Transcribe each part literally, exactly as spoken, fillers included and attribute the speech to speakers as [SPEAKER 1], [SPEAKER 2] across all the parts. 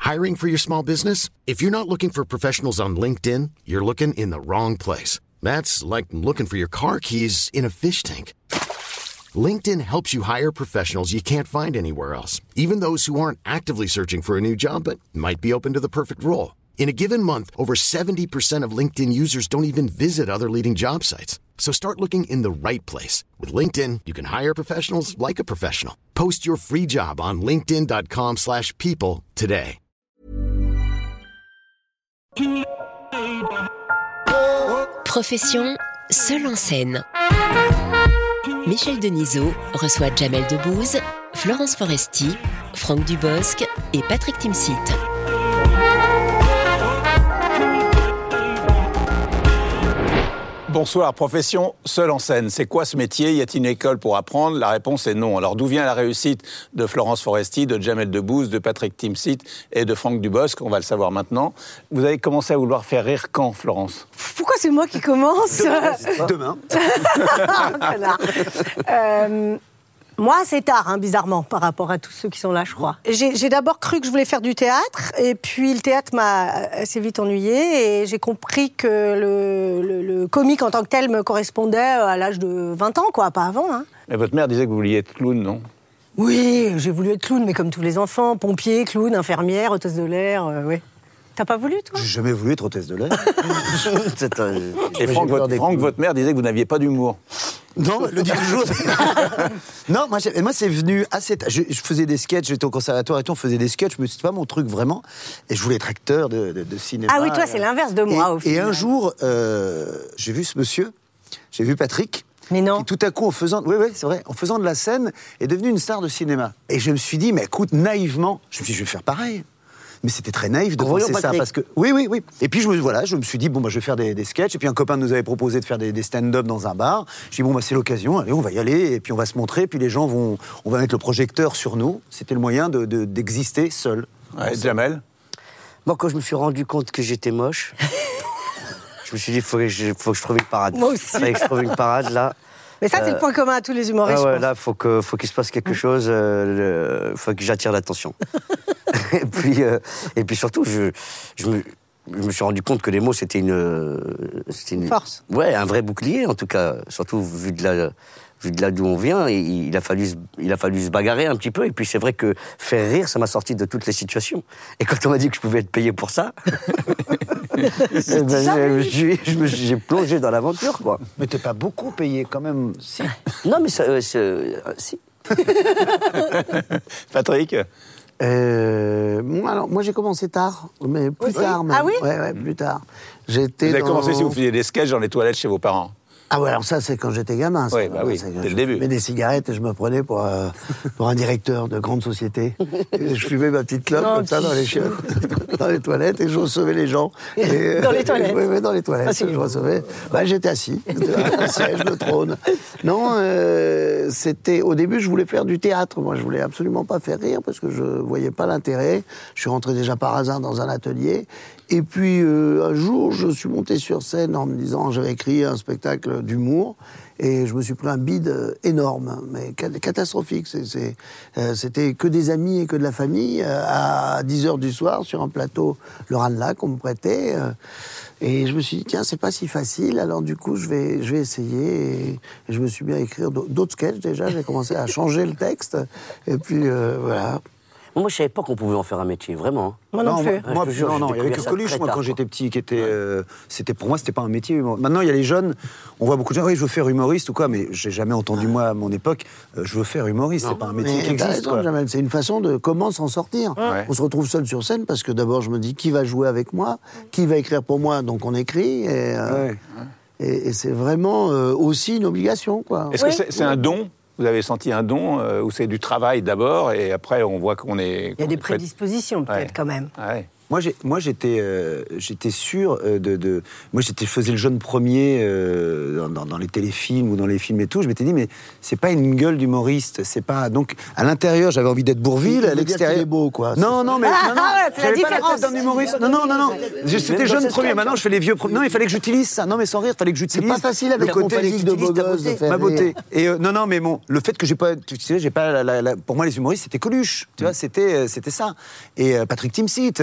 [SPEAKER 1] Hiring for your small business? If you're not looking for professionals on LinkedIn, you're looking in the wrong place. That's like looking for your car keys in a fish tank. LinkedIn helps you hire professionals you can't find anywhere else, even those who aren't actively searching for a new job but might be open to the perfect role. In a given month, over seventy percent of LinkedIn users don't even visit other leading job sites. So start looking in the right place. With LinkedIn, you can hire professionals like a professional. Post your free job on linkedin.com slash people today.
[SPEAKER 2] Profession seul en scène. Michel Denisot reçoit Jamel Debbouze, Florence Foresti, Franck Dubosc et Patrick Timsit.
[SPEAKER 3] Bonsoir, profession seul en scène. C'est quoi ce métier ? Y a-t-il une école pour apprendre ? La réponse est non. Alors d'où vient la réussite de Florence Foresti, de Jamel Debbouze, de Patrick Timsit et de Franck Dubosc ? On va le savoir maintenant. Vous avez commencé à vouloir faire rire quand, Florence ?
[SPEAKER 4] Pourquoi c'est moi qui commence ?
[SPEAKER 5] Demain.
[SPEAKER 4] Demain. euh, moi, c'est tard, hein, bizarrement, par rapport à tous ceux qui sont là, je crois. J'ai, j'ai d'abord cru que je voulais faire du théâtre, et puis le théâtre m'a assez vite ennuyée, et j'ai compris que le, le, le comique en tant que tel me correspondait à l'âge de vingt ans, quoi, pas avant. Hein.
[SPEAKER 3] Mais votre mère disait que vous vouliez être clown, non ?
[SPEAKER 4] Oui, j'ai voulu être clown, mais comme tous les enfants, pompier, clown, infirmière, hôtesse de l'air, euh, oui. T'as pas voulu, toi ?
[SPEAKER 5] J'ai jamais voulu être hôtesse de l'air. C'est un...
[SPEAKER 3] Et Franck, votre, Franck, votre mère disait que vous n'aviez pas d'humour.
[SPEAKER 5] Non, elle le dit toujours. Non, moi, moi, c'est venu assez tard. Je, je faisais des sketchs, j'étais au conservatoire et tout, on faisait des sketchs, mais c'était pas mon truc vraiment. Et je voulais être acteur de, de, de cinéma.
[SPEAKER 4] Ah oui, toi, c'est l'inverse de moi,
[SPEAKER 5] et,
[SPEAKER 4] au final.
[SPEAKER 5] Et un jour, euh, j'ai vu ce monsieur, j'ai vu Patrick.
[SPEAKER 4] Mais non.
[SPEAKER 5] Qui, tout à coup, en faisant, oui, oui, c'est vrai, en faisant de la scène, est devenu une star de cinéma. Et je me suis dit, mais écoute, naïvement, je me suis dit, je vais faire pareil. Mais c'était très naïf de en penser ça, parce que oui, oui, oui. Et puis je me, voilà, je me suis dit bon, bah, je vais faire des, des sketchs. Et puis un copain nous avait proposé de faire des, des stand-up dans un bar. Je dis bon, bah, c'est l'occasion. Allez, on va y aller. Et puis on va se montrer. Et puis les gens vont, on va mettre le projecteur sur nous. C'était le moyen de, de, d'exister seul.
[SPEAKER 3] Ouais, Jamel.
[SPEAKER 6] Moi, quand je me suis rendu compte que j'étais moche, je me suis dit faut que je, faut que je trouve une parade.
[SPEAKER 4] Moi aussi.
[SPEAKER 6] Il fallait que je trouve une parade là.
[SPEAKER 4] Mais ça, c'est
[SPEAKER 6] euh,
[SPEAKER 4] le point commun à tous les humoristes.
[SPEAKER 6] Ah ouais,
[SPEAKER 4] je pense.
[SPEAKER 6] là, faut que, faut qu'il se passe quelque chose. Il euh, faut que j'attire l'attention. et puis, euh, et puis surtout, je, je me, je me suis rendu compte que les mots, c'était une, c'était une
[SPEAKER 4] force.
[SPEAKER 6] Ouais, un vrai bouclier, en tout cas, surtout vu de là, vu de là d'où on vient. Et il a fallu, il a fallu se bagarrer un petit peu. Et puis c'est vrai que faire rire, ça m'a sorti de toutes les situations. Et quand on m'a dit que je pouvais être payé pour ça. Eh ben, je, je, je me, j'ai plongé dans l'aventure, quoi.
[SPEAKER 5] Mais t'es pas beaucoup payé quand même, si.
[SPEAKER 6] Non, mais ça, euh, c'est, euh, si.
[SPEAKER 3] Patrick.
[SPEAKER 7] Euh, moi, alors, moi, j'ai commencé tard, mais plus
[SPEAKER 4] Oui.
[SPEAKER 7] tard même.
[SPEAKER 4] Ah oui ?
[SPEAKER 7] Ouais, ouais, plus tard. J'étais
[SPEAKER 3] Vous avez
[SPEAKER 7] dans...
[SPEAKER 3] commencé si vous faisiez des sketchs dans les toilettes chez vos parents.
[SPEAKER 7] Ah ouais, alors ça, c'est quand j'étais gamin. Ça.
[SPEAKER 3] Oui, bah oui,
[SPEAKER 7] c'est
[SPEAKER 3] dès le
[SPEAKER 7] je
[SPEAKER 3] début.
[SPEAKER 7] fumais des cigarettes et je me prenais pour, euh, pour un directeur de grande société. Et je fumais ma petite clope
[SPEAKER 4] Non,
[SPEAKER 7] comme ça dans les chiottes, dans les toilettes, et je recevais les gens. Et,
[SPEAKER 4] Dans les toilettes.
[SPEAKER 7] Oui, oui, dans les toilettes.
[SPEAKER 4] Ah, c'est
[SPEAKER 7] je recevais. Bah, j'étais assis, le siège, le trône. Non, euh, c'était... Au début, je voulais faire du théâtre. Moi, je voulais absolument pas faire rire parce que je voyais pas l'intérêt. Je suis rentré déjà par hasard dans un atelier. Et puis, euh, un jour, je suis monté sur scène en me disant, j'avais écrit un spectacle d'humour, et je me suis pris un bide énorme, mais catastrophique. C'est, c'est, euh, c'était que des amis et que de la famille, euh, à dix heures du soir, sur un plateau, le Ranelagh, qu'on me prêtait. Euh, et je me suis dit, tiens, c'est pas si facile, alors du coup, je vais, je vais essayer. Et, et je me suis mis à écrire d'autres sketchs, déjà. J'ai commencé à changer le texte, et puis, euh, voilà.
[SPEAKER 6] Moi, je savais pas qu'on pouvait en faire un métier, vraiment.
[SPEAKER 4] Moi non,
[SPEAKER 5] Non,
[SPEAKER 4] plus.
[SPEAKER 5] moi, moi,
[SPEAKER 6] je te jure,
[SPEAKER 5] non, non,
[SPEAKER 6] j'ai
[SPEAKER 5] il y avait que
[SPEAKER 6] découvert ça
[SPEAKER 5] Coluche,
[SPEAKER 6] très
[SPEAKER 5] moi,
[SPEAKER 6] tard,
[SPEAKER 5] quand
[SPEAKER 6] quoi.
[SPEAKER 5] j'étais petit, qui était, euh, c'était, pour moi, c'était pas un métier. Maintenant, il y a les jeunes, on voit beaucoup de gens, oui, je veux faire humoriste ou quoi, mais j'ai jamais entendu, moi, à mon époque, euh, je veux faire humoriste,
[SPEAKER 6] Non.
[SPEAKER 5] c'est pas un métier
[SPEAKER 7] Mais
[SPEAKER 5] qui
[SPEAKER 7] t'as
[SPEAKER 5] existe,
[SPEAKER 7] raison,
[SPEAKER 5] quoi.
[SPEAKER 7] Jamel, c'est une façon de comment s'en sortir.
[SPEAKER 3] Ouais.
[SPEAKER 7] On se retrouve seul sur scène parce que d'abord je me dis qui va jouer avec moi, qui va écrire pour moi, donc on écrit. Et, euh,
[SPEAKER 5] Ouais.
[SPEAKER 7] et, et c'est vraiment euh, aussi une obligation, quoi.
[SPEAKER 3] Est-ce
[SPEAKER 4] Oui.
[SPEAKER 3] que c'est, c'est un don ? Vous avez senti un don euh, ou c'est du travail d'abord et après on voit qu'on est...
[SPEAKER 4] Il y a des prédispositions, peut-être,
[SPEAKER 3] Ouais.
[SPEAKER 4] quand même.
[SPEAKER 3] Ouais.
[SPEAKER 5] Moi, j'ai, moi j'étais, euh, j'étais sûr euh, de, de... Moi, j'étais, faisais le jeune premier euh, dans, dans les téléfilms ou dans les films et tout. Je m'étais dit, mais c'est pas une gueule d'humoriste. C'est pas... Donc, à l'intérieur, j'avais envie d'être Bourvil. À l'extérieur...
[SPEAKER 7] Il est beau, quoi.
[SPEAKER 5] Non, non, mais...
[SPEAKER 4] Ah,
[SPEAKER 5] non, non,
[SPEAKER 4] ah ouais,
[SPEAKER 5] j'avais
[SPEAKER 4] la
[SPEAKER 5] pas la tête d'un humoriste. Non, non, non, non. C'était jeune premier. Maintenant, je fais les vieux premiers. Non, il fallait que j'utilise ça. Non, mais sans rire, il fallait que j'utilise...
[SPEAKER 7] C'est pas facile avec
[SPEAKER 5] le
[SPEAKER 7] mon
[SPEAKER 5] côté
[SPEAKER 7] physique de beau gosse de faire
[SPEAKER 5] ma beauté.
[SPEAKER 7] rire.
[SPEAKER 5] Et euh, non, non, mais bon, le fait que j'ai pas... Tu sais, j'ai pas... La, la, la... Pour moi, les humoristes, c'était Coluche. Tu vois, c'était, c'était ça. Et euh, Patrick Timsit.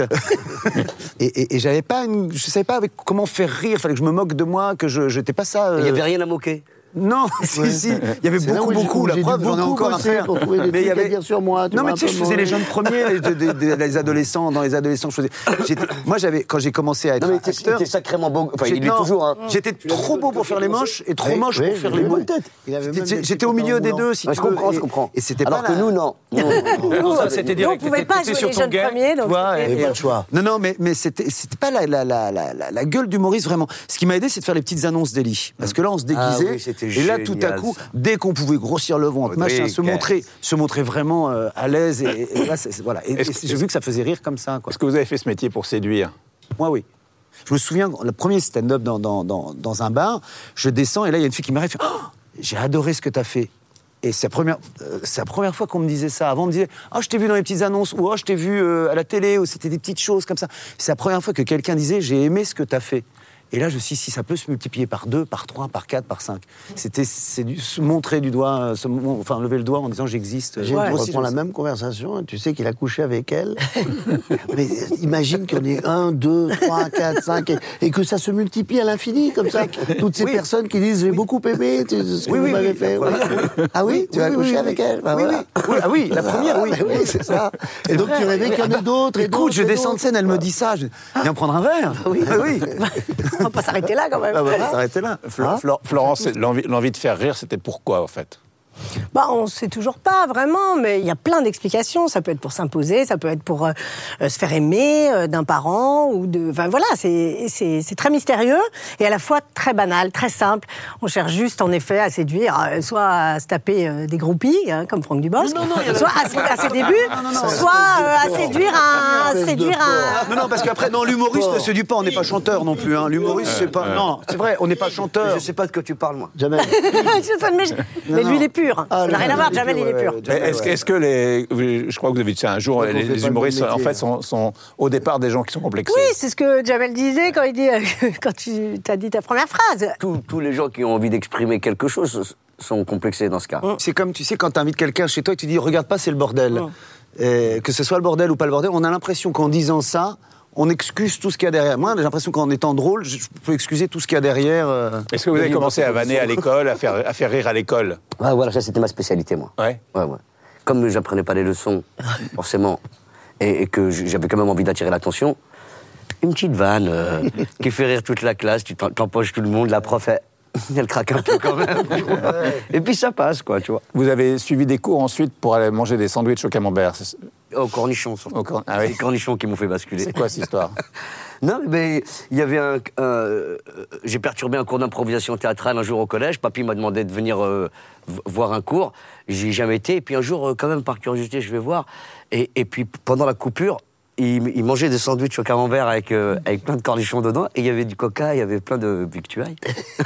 [SPEAKER 5] Et, et, et j'avais pas une, je savais pas avec comment faire rire, fallait que je me moque de moi, que je j'étais pas ça.
[SPEAKER 6] Il n'y
[SPEAKER 5] euh...
[SPEAKER 6] avait rien à moquer.
[SPEAKER 5] Non, si, si, il y avait
[SPEAKER 7] C'est là
[SPEAKER 5] beaucoup,
[SPEAKER 7] où j'ai-
[SPEAKER 5] beaucoup,
[SPEAKER 7] où
[SPEAKER 5] la
[SPEAKER 7] j'ai
[SPEAKER 5] preuve,
[SPEAKER 7] dû
[SPEAKER 5] j'en ai
[SPEAKER 7] beaucoup
[SPEAKER 5] encore à
[SPEAKER 7] bosser
[SPEAKER 5] faire.
[SPEAKER 7] pour trouver des
[SPEAKER 5] Mais il y
[SPEAKER 7] trucs à
[SPEAKER 5] avait...
[SPEAKER 7] dire sur moi, tu
[SPEAKER 5] Non,
[SPEAKER 7] vois,
[SPEAKER 5] mais tu sais,
[SPEAKER 7] un
[SPEAKER 5] je
[SPEAKER 7] peu
[SPEAKER 5] faisais
[SPEAKER 7] moins.
[SPEAKER 5] les jeunes premiers, les, de- de- de- les adolescents, dans les adolescents, je faisais... j'étais- Moi, j'avais, quand j'ai commencé à être
[SPEAKER 6] Non, mais t'es,
[SPEAKER 5] acteur...
[SPEAKER 6] t'es sacrément beau. Enfin,
[SPEAKER 5] j'ai-
[SPEAKER 6] il est
[SPEAKER 5] non,
[SPEAKER 6] toujours. Hein.
[SPEAKER 5] J'étais trop beau pour faire les moches et trop
[SPEAKER 7] Oui,
[SPEAKER 5] moche
[SPEAKER 7] oui,
[SPEAKER 5] pour faire
[SPEAKER 7] oui,
[SPEAKER 5] les
[SPEAKER 7] oui,
[SPEAKER 5] beaux.
[SPEAKER 7] oui. Il avait même
[SPEAKER 5] J'étais-
[SPEAKER 7] des
[SPEAKER 5] J'étais au
[SPEAKER 7] petits
[SPEAKER 5] milieu des
[SPEAKER 7] pantalons
[SPEAKER 5] deux, si
[SPEAKER 6] Ouais,
[SPEAKER 5] tu
[SPEAKER 6] je
[SPEAKER 5] veux.
[SPEAKER 6] comprends,
[SPEAKER 5] et-
[SPEAKER 6] je comprends.
[SPEAKER 5] Et c'était
[SPEAKER 6] Alors
[SPEAKER 5] pas
[SPEAKER 6] que
[SPEAKER 5] la-
[SPEAKER 6] nous, non. Non, non.
[SPEAKER 3] Non, ça, c'était
[SPEAKER 4] Nous,
[SPEAKER 3] direct.
[SPEAKER 4] on pouvait
[SPEAKER 3] T'étais-
[SPEAKER 4] pas
[SPEAKER 3] t'étais
[SPEAKER 4] jouer
[SPEAKER 3] sur
[SPEAKER 4] les
[SPEAKER 3] ton
[SPEAKER 4] jeunes
[SPEAKER 3] gain.
[SPEAKER 4] premiers, donc
[SPEAKER 5] Tu vois,
[SPEAKER 4] c'était-
[SPEAKER 7] Il n'y avait pas de choix.
[SPEAKER 5] Non, non, mais, mais c'était, c'était pas la, la, la, la, la, la gueule d'humoriste, vraiment. Ce qui m'a aidé, c'est de faire les petites annonces d'Eli. Parce que là, on se déguisait.
[SPEAKER 6] Ah oui, c'était
[SPEAKER 5] et là, tout à
[SPEAKER 6] génial,
[SPEAKER 5] coup,
[SPEAKER 6] ça.
[SPEAKER 5] dès qu'on pouvait grossir le ventre,
[SPEAKER 6] Oui,
[SPEAKER 5] machin, se
[SPEAKER 6] quel-
[SPEAKER 5] montrer, se montrer vraiment euh, à l'aise. Et, et là, c'est, c'est- voilà. Et,
[SPEAKER 3] Est-ce
[SPEAKER 5] et
[SPEAKER 3] que-
[SPEAKER 5] j'ai vu que ça faisait rire comme ça, quoi.
[SPEAKER 3] Est-ce que vous avez fait ce métier pour séduire?
[SPEAKER 5] Moi, oui. Je me souviens, le premier stand-up dans, dans, dans, dans un bar, je descends et là, il y a une fille qui m'arrive et fait oh, j'ai adoré ce que tu as fait. Et c'est la, première, euh, c'est la première fois qu'on me disait ça. Avant, on me disait « Ah, oh, je t'ai vu dans les petites annonces » ou « Oh, je t'ai vu euh, à la télé » ou c'était des petites choses comme ça. C'est la première fois que quelqu'un disait « J'ai aimé ce que tu as fait ». Et là, je me suis dit, si ça peut se multiplier par deux, par trois, par quatre, par cinq. C'était c'est du, se montrer du doigt, euh, se, enfin lever le doigt en disant j'existe.
[SPEAKER 7] J'ai
[SPEAKER 5] Moi
[SPEAKER 7] ouais.
[SPEAKER 5] aussi,
[SPEAKER 7] reprend
[SPEAKER 5] je
[SPEAKER 7] la
[SPEAKER 5] sais.
[SPEAKER 7] même conversation, et tu sais qu'il a couché avec elle. Mais imagine qu'il y en ait un, deux, trois, quatre, cinq, et, et que ça se multiplie à l'infini, comme ça. Toutes ces
[SPEAKER 5] Oui.
[SPEAKER 7] personnes qui disent j'ai beaucoup aimé tu- ce que
[SPEAKER 5] Oui,
[SPEAKER 7] vous
[SPEAKER 5] oui,
[SPEAKER 7] m'avez
[SPEAKER 5] oui.
[SPEAKER 7] fait.
[SPEAKER 5] Oui.
[SPEAKER 7] Ouais. Ah oui, tu
[SPEAKER 5] Oui,
[SPEAKER 7] as
[SPEAKER 5] oui,
[SPEAKER 7] couché
[SPEAKER 5] oui,
[SPEAKER 7] avec
[SPEAKER 5] oui.
[SPEAKER 7] elle. Bah
[SPEAKER 5] Oui,
[SPEAKER 7] voilà.
[SPEAKER 5] oui. Oui, ah oui, la première, oui.
[SPEAKER 7] Ah, bah oui, c'est ça. Et donc tu rêvais qu'il y en ait d'autres et d'autres.
[SPEAKER 5] Écoute, je
[SPEAKER 7] et
[SPEAKER 5] descends de
[SPEAKER 7] d'autres.
[SPEAKER 5] scène, elle me dit ça. Je viens prendre un verre. Oui, oui.
[SPEAKER 4] On va pas s'arrêter là quand même.
[SPEAKER 5] Ah bah, on va s'arrêter là.
[SPEAKER 3] Flo- Flo- Florence, l'envie, l'envie de faire rire, c'était pourquoi, en fait?
[SPEAKER 4] Bah, on ne sait toujours pas vraiment, mais il y a plein d'explications. Ça peut être pour s'imposer, ça peut être pour euh, euh, se faire aimer euh, d'un parent ou de. Enfin voilà, c'est c'est c'est très mystérieux et à la fois très banal, très simple. On cherche juste en effet à séduire, euh, soit à se taper euh, des groupies hein, comme Franck Dubosc, soit à, ses- à ses débuts, soit euh, à séduire un
[SPEAKER 7] Espèce de
[SPEAKER 4] séduire un.
[SPEAKER 5] Non, non, parce qu'après, non, l'humoriste ne séduit pas, on n'est pas chanteur non plus. Hein. L'humoriste, c'est pas. Non, c'est vrai, on n'est pas chanteur.
[SPEAKER 6] Je sais pas de quoi tu parles, moi.
[SPEAKER 7] Jamais.
[SPEAKER 4] Je sais, mais je- mais lui il est pur.
[SPEAKER 5] Ah,
[SPEAKER 4] Ça n'a rien à voir. Jamel il est pur.
[SPEAKER 3] Mais Est-ce, que- est-ce que les. Je crois que vous avez dit ça un jour,
[SPEAKER 7] Donc, on
[SPEAKER 3] les,
[SPEAKER 7] fait
[SPEAKER 3] les
[SPEAKER 7] pas le
[SPEAKER 3] humoristes,
[SPEAKER 7] bon
[SPEAKER 3] en
[SPEAKER 7] métier.
[SPEAKER 3] fait, sont, sont au départ des gens qui sont complexés.
[SPEAKER 4] Oui, c'est ce que Jamel disait quand il dit euh, quand tu as dit ta première phrase.
[SPEAKER 6] Tous, tous les gens qui ont envie d'exprimer quelque chose sont complexés dans ce cas.
[SPEAKER 5] C'est comme, tu sais, quand tu invites quelqu'un chez toi et tu dis regarde pas, c'est le bordel. Euh, que ce soit le bordel ou pas le bordel, on a l'impression qu'en disant ça, on excuse tout ce qu'il y a derrière. Moi, j'ai l'impression qu'en étant drôle, je peux excuser tout ce qu'il y a derrière. euh.
[SPEAKER 3] Est-ce que vous avez commencé à vanner à l'école, à faire, à faire rire à l'école?
[SPEAKER 6] Ah, voilà, ça c'était ma spécialité, moi.
[SPEAKER 3] Ouais.
[SPEAKER 6] Ouais, ouais. Comme j'apprenais pas les leçons, forcément, et, et que j'avais quand même envie d'attirer l'attention, une petite vanne euh, qui fait rire toute la classe, tu t'en- t'empoches tout le monde, la prof, elle, elle craque un peu quand même. tu vois. Et puis ça passe, quoi, tu vois.
[SPEAKER 3] Vous avez suivi des cours ensuite pour aller manger des sandwichs au camembert. C'est,
[SPEAKER 6] Au cornichon, surtout.
[SPEAKER 3] au cor- ah
[SPEAKER 6] C'est
[SPEAKER 3] oui.
[SPEAKER 6] les cornichons qui m'ont fait basculer.
[SPEAKER 3] C'est quoi cette histoire?
[SPEAKER 6] Non, mais il y avait un. un- j'ai perturbé un cours d'improvisation théâtrale un jour au collège. Papy m'a demandé de venir euh, v- voir un cours. J'y ai jamais été. Et puis un jour, euh, quand même, par curiosité, je vais voir. Et, et puis pendant la coupure, il, il mangeait des sandwichs au camembert avec, euh, avec plein de cornichons dedans. Et il y avait du coca, il y avait plein de victuailles.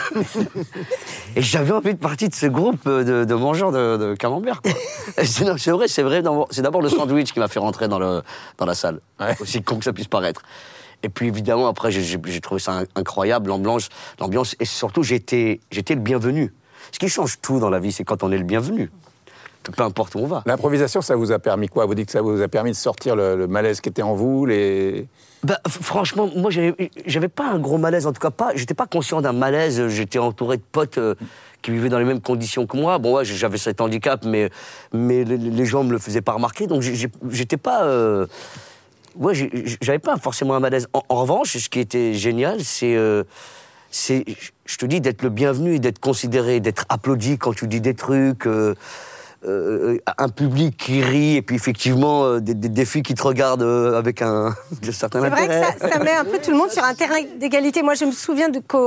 [SPEAKER 6] Et j'avais envie de partir de ce groupe de, de mangeurs de, de camembert, quoi. Et c'est, non, c'est vrai, c'est vrai. C'est d'abord le sandwich qui m'a fait rentrer dans, le, dans la salle.
[SPEAKER 3] Ouais.
[SPEAKER 6] Aussi con que ça puisse paraître. Et puis évidemment, après, j'ai, j'ai, j'ai trouvé ça incroyable, l'ambiance, l'ambiance et surtout, j'étais, j'étais le bienvenu. Ce qui change tout dans la vie, c'est quand on est le bienvenu. Peu importe où on va.
[SPEAKER 3] L'improvisation, ça vous a permis quoi? Vous dites que ça vous a permis de sortir le, le malaise qui était en vous, les...
[SPEAKER 6] Bah, f- franchement, moi, j'avais, j'avais pas un gros malaise, en tout cas pas. J'étais pas conscient d'un malaise. J'étais entouré de potes euh, qui vivaient dans les mêmes conditions que moi. Bon, ouais, j'avais cet handicap, mais mais les, les gens me le faisaient pas remarquer. Donc, j'ai- j'ai- j'étais pas. Euh, ouais, j'ai- j'avais pas forcément un malaise. En, en revanche, ce qui était génial, c'est euh, c'est, je te dis, d'être le bienvenu et d'être considéré, d'être applaudi quand tu dis des trucs. Euh, Euh, un public qui rit et puis effectivement euh, des, des, des filles qui te regardent euh, avec un de certain
[SPEAKER 4] C'est vrai
[SPEAKER 6] intérêt.
[SPEAKER 4] que ça, ça met un peu tout le monde sur un terrain d'égalité. Moi, je me souviens de qu'au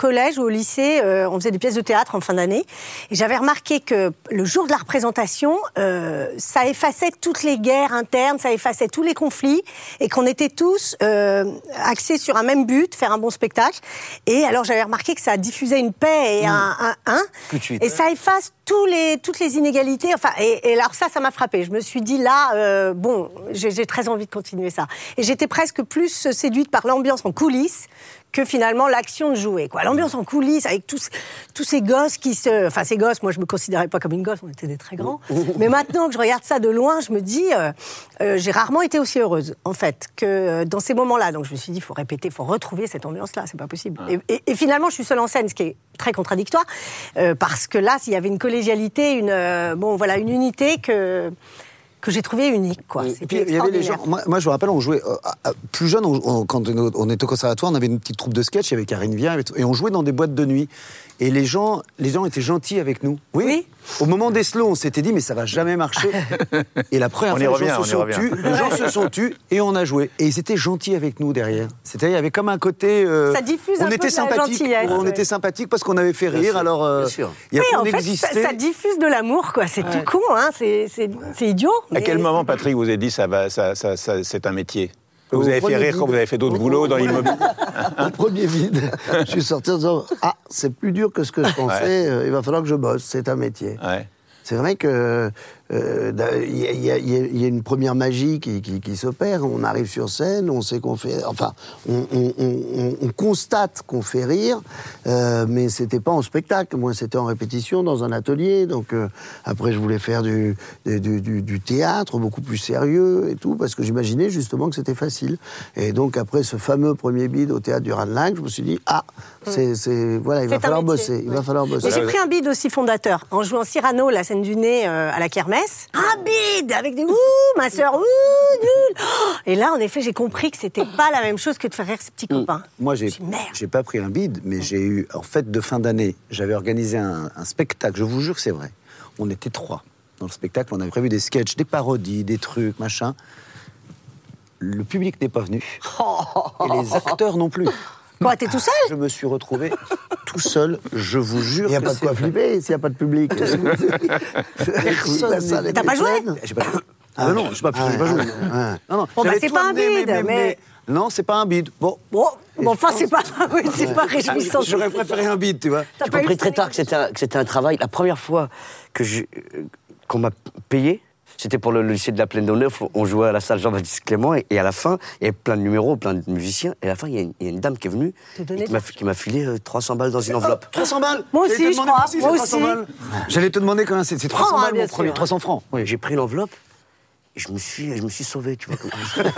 [SPEAKER 4] collège ou au lycée, euh, on faisait des pièces de théâtre en fin d'année, et j'avais remarqué que le jour de la représentation, euh, ça effaçait toutes les guerres internes, ça effaçait tous les conflits, et qu'on était tous euh, axés sur un même but, faire un bon spectacle. Et alors j'avais remarqué que ça diffusait une paix et mmh. un, un, un,
[SPEAKER 6] Tout de suite.
[SPEAKER 4] et ça efface tous les, toutes les inégalités. Enfin, et, et alors ça, ça m'a frappé. Je me suis dit là, euh, bon, j'ai, j'ai très envie de continuer ça. Et j'étais presque plus séduite par l'ambiance en coulisses que finalement l'action de jouer, quoi. L'ambiance en coulisses avec tous, tous ces gosses qui se... Enfin, ces gosses, moi, je me considérais pas comme une gosse, on était des très grands. Mais maintenant que je regarde ça de loin, je me dis, euh, euh, j'ai rarement été aussi heureuse, en fait, que dans ces moments-là. Donc je me suis dit, il faut répéter, il faut retrouver cette ambiance-là, c'est pas possible. Et, et, et finalement, je suis seule en scène, ce qui est très contradictoire, euh, parce que là, s'il y avait une collégialité, une, euh, bon, voilà, une unité que... que j'ai trouvé unique, quoi.
[SPEAKER 5] Et puis, il y avait les gens... Moi, moi, je me rappelle, on jouait... Euh, plus jeune, on, on, quand on était au conservatoire, on avait une petite troupe de sketch, il y avait Karine Viard, et on jouait dans des boîtes de nuit. Et les gens, les gens étaient gentils avec nous. Oui. oui. Au moment des slows, on s'était dit, mais ça va jamais marcher. Et la première fois, les gens se sont tus, les gens se sont tus, et on a joué. Et ils étaient gentils avec nous derrière. C'est-à-dire, il y avait comme un côté... Euh,
[SPEAKER 4] ça diffuse
[SPEAKER 5] on
[SPEAKER 4] un
[SPEAKER 5] était
[SPEAKER 4] peu de la gentillesse.
[SPEAKER 5] On
[SPEAKER 4] ouais.
[SPEAKER 5] était sympathique parce qu'on avait fait rire,
[SPEAKER 6] sûr,
[SPEAKER 5] alors... Euh,
[SPEAKER 6] bien sûr.
[SPEAKER 5] Il y a
[SPEAKER 4] oui, en fait,
[SPEAKER 5] existait.
[SPEAKER 4] ça, ça diffuse de l'amour, quoi. C'est ouais. tout con, hein. C'est, c'est, c'est idiot.
[SPEAKER 3] À quel
[SPEAKER 4] mais...
[SPEAKER 3] moment, Patrick, vous avez dit ça va, ça, ça, ça, c'est un métier? Vous avez fait rire
[SPEAKER 7] vide.
[SPEAKER 3] quand vous avez fait d'autres boulots dans l'immobilier.
[SPEAKER 7] Au premier vide, je suis sorti en disant « Ah, c'est plus dur que ce que je pensais, ouais. euh, il va falloir que je bosse, c'est un métier. Ouais. » C'est vrai que il euh, y, y, y, y a une première magie qui, qui, qui s'opère. On arrive sur scène, on sait qu'on fait... Enfin, on, on, on, on constate qu'on fait rire, euh, mais c'était pas en spectacle. Moi, c'était en répétition, dans un atelier. Donc, euh, après, je voulais faire du, du, du, du théâtre, beaucoup plus sérieux et tout, parce que j'imaginais justement que c'était facile. Et donc, après ce fameux premier bide au théâtre du Ranelagh, je me suis dit, ah, c'est... c'est voilà, il va falloir bosser. Il ouais. va falloir bosser.
[SPEAKER 4] Mais j'ai pris un bide aussi fondateur, en jouant Cyrano, la scène du nez euh, à la kermesse. Un bide avec des ouh, ma sœur, ouh, nul. Et là, en effet, j'ai compris que c'était pas la même chose que de faire rire ses petits copains.
[SPEAKER 5] Moi, j'ai, j'ai pas pris un bide, mais j'ai eu, en fête de fin d'année, j'avais organisé un, un spectacle. Je vous jure que c'est vrai. On était trois dans le spectacle. On avait prévu des sketchs, des parodies, des trucs, machin. Le public n'est pas venu et les acteurs non plus.
[SPEAKER 4] Quoi, t'es tout seul?
[SPEAKER 5] Je me suis retrouvé tout seul, je vous jure.
[SPEAKER 7] Il n'y a pas de quoi flipper s'il n'y a pas de public.
[SPEAKER 4] Personne. T'as pas joué?
[SPEAKER 5] J'ai pas joué. Ah non, je n'ai pas, ah, pas joué.
[SPEAKER 4] Ah, non, non. Bon, bah, c'est pas un bide, mais... mais...
[SPEAKER 5] Non, c'est pas un bide. Bon,
[SPEAKER 4] bon, bon enfin, c'est pas, oui, c'est pas réjouissant.
[SPEAKER 5] J'aurais préféré un bide, tu vois.
[SPEAKER 6] J'ai compris très tard que c'était, un, que c'était un travail. La première fois que je, qu'on m'a payé, c'était pour le, le lycée de la Plaine d'Honneur. On jouait à la salle Jean-Baptiste Clément et, et à la fin, il y avait plein de numéros, plein de musiciens. Et à la fin, il y a une, il y a une dame qui est venue et qui m'a, qui m'a filé euh, trois cents balles dans une enveloppe.
[SPEAKER 5] Oh, trois cents balles.
[SPEAKER 4] Moi aussi, je crois. Moi aussi.
[SPEAKER 5] J'allais te demander quand même, c'est, c'est trois cents balles, mon premier, trois cents francs.
[SPEAKER 6] Oui. J'ai pris l'enveloppe. Et je me suis, je me suis sauvé, tu vois. Comme,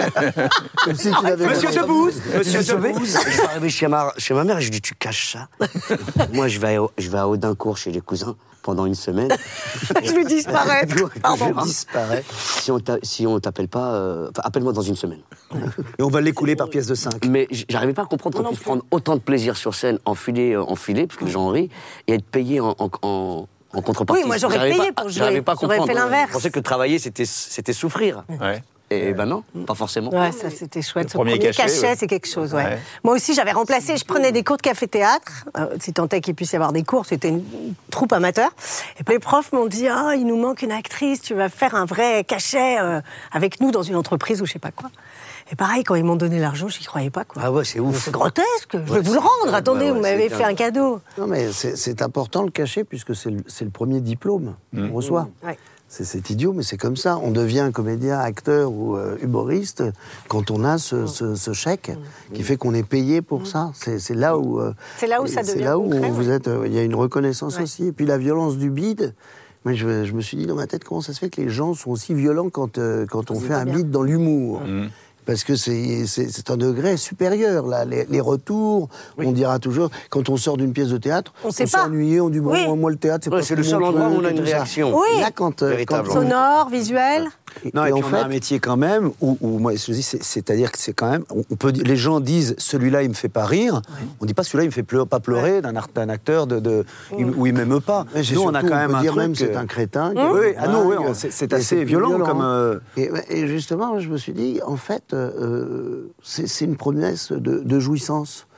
[SPEAKER 7] comme si tu l'avais
[SPEAKER 5] Monsieur Debouze, Monsieur
[SPEAKER 6] Debouze. Je suis arrivé chez ma, chez ma mère et je lui ai dit, tu caches ça. Moi, je vais, à, je vais à Audincourt chez les cousins pendant une semaine.
[SPEAKER 4] Je vais disparaître. Pardon.
[SPEAKER 5] Je disparais.
[SPEAKER 6] Si on, t'a, si on t'appelle pas, euh, appelle-moi dans une semaine.
[SPEAKER 5] Et on va l'écouler par pièce de cinq.
[SPEAKER 6] Mais j'arrivais pas à comprendre qu'on puisse prendre autant de plaisir sur scène, enfiler, enfiler, parce que les gens rient, et être payé en, en, en en contrepartie.
[SPEAKER 4] Oui, moi j'aurais
[SPEAKER 6] j'arrivais
[SPEAKER 4] payé
[SPEAKER 6] pas,
[SPEAKER 4] pour jouer.
[SPEAKER 6] J'arrivais pas à comprendre.
[SPEAKER 4] J'aurais fait l'inverse.
[SPEAKER 6] Je pensais que travailler, c'était, c'était souffrir.
[SPEAKER 3] Ouais.
[SPEAKER 6] Et ben non, pas forcément.
[SPEAKER 4] Ouais, ça c'était chouette.
[SPEAKER 3] Le
[SPEAKER 4] Ce
[SPEAKER 3] premier,
[SPEAKER 4] premier
[SPEAKER 3] cachet,
[SPEAKER 4] cachet,
[SPEAKER 3] ouais.
[SPEAKER 4] c'est quelque chose, ouais.
[SPEAKER 3] ouais.
[SPEAKER 4] Moi aussi, j'avais remplacé, je prenais des cours de café-théâtre, euh, si tant est qu'il puisse y avoir des cours, c'était une troupe amateur. Et puis les profs m'ont dit, ah, il nous manque une actrice, tu vas faire un vrai cachet euh, avec nous dans une entreprise ou je sais pas quoi. Et pareil, quand ils m'ont donné l'argent, j'y croyais pas, quoi.
[SPEAKER 6] Ah ouais, c'est ouf.
[SPEAKER 4] C'est grotesque. Je vais ouais, vous le rendre. Attendez, ouais, ouais, vous m'avez fait un cadeau.
[SPEAKER 7] Non, mais c'est, c'est important le cachet puisque c'est le, c'est le premier diplôme mmh. qu'on reçoit. Mmh. Ouais. C'est, c'est idiot, mais c'est comme ça. On devient comédien, acteur ou euh, humoriste quand on a ce, ce, ce chèque mmh. qui fait qu'on est payé pour mmh. ça. C'est, c'est là où. Euh,
[SPEAKER 4] c'est là où ça devient.
[SPEAKER 7] C'est là où
[SPEAKER 4] concret,
[SPEAKER 7] vous
[SPEAKER 4] ouais.
[SPEAKER 7] êtes. Il euh, y a une reconnaissance ouais. aussi. Et puis la violence du bide. Mais je, je me suis dit dans ma tête comment ça se fait que les gens sont aussi violents quand euh, quand on c'est fait un bide dans l'humour. Mmh. Parce que c'est, c'est, c'est un degré supérieur, là. Les, les retours, oui. on dira toujours, quand on sort d'une pièce de théâtre, on, on s'est ennuyé, on dit, bon, oui. moi, le théâtre, c'est
[SPEAKER 6] ouais,
[SPEAKER 7] pas
[SPEAKER 6] c'est le seul endroit où on a une réaction.
[SPEAKER 4] Oui.
[SPEAKER 7] Là, quand, quand
[SPEAKER 4] sonore, visuel.
[SPEAKER 5] Non, et, et puis on fait... a un métier quand même où, où moi, je dis, c'est, c'est-à-dire que c'est quand même, on peut, les gens disent, celui-là, il me fait pas rire. Oui. On dit pas, celui-là, il me fait pleurer, pas pleurer ouais. d'un, d'un acteur de, de, oui. où il m'aime pas. Mais nous, on a quand même un
[SPEAKER 7] dire
[SPEAKER 5] truc.
[SPEAKER 7] Même, c'est un crétin.
[SPEAKER 5] Mmh. Oui, ah non, oui, c'est, c'est assez violent, violent comme. Euh...
[SPEAKER 7] Et, et justement, je me suis dit, en fait. Euh, C'est, c'est une promesse de, de jouissance.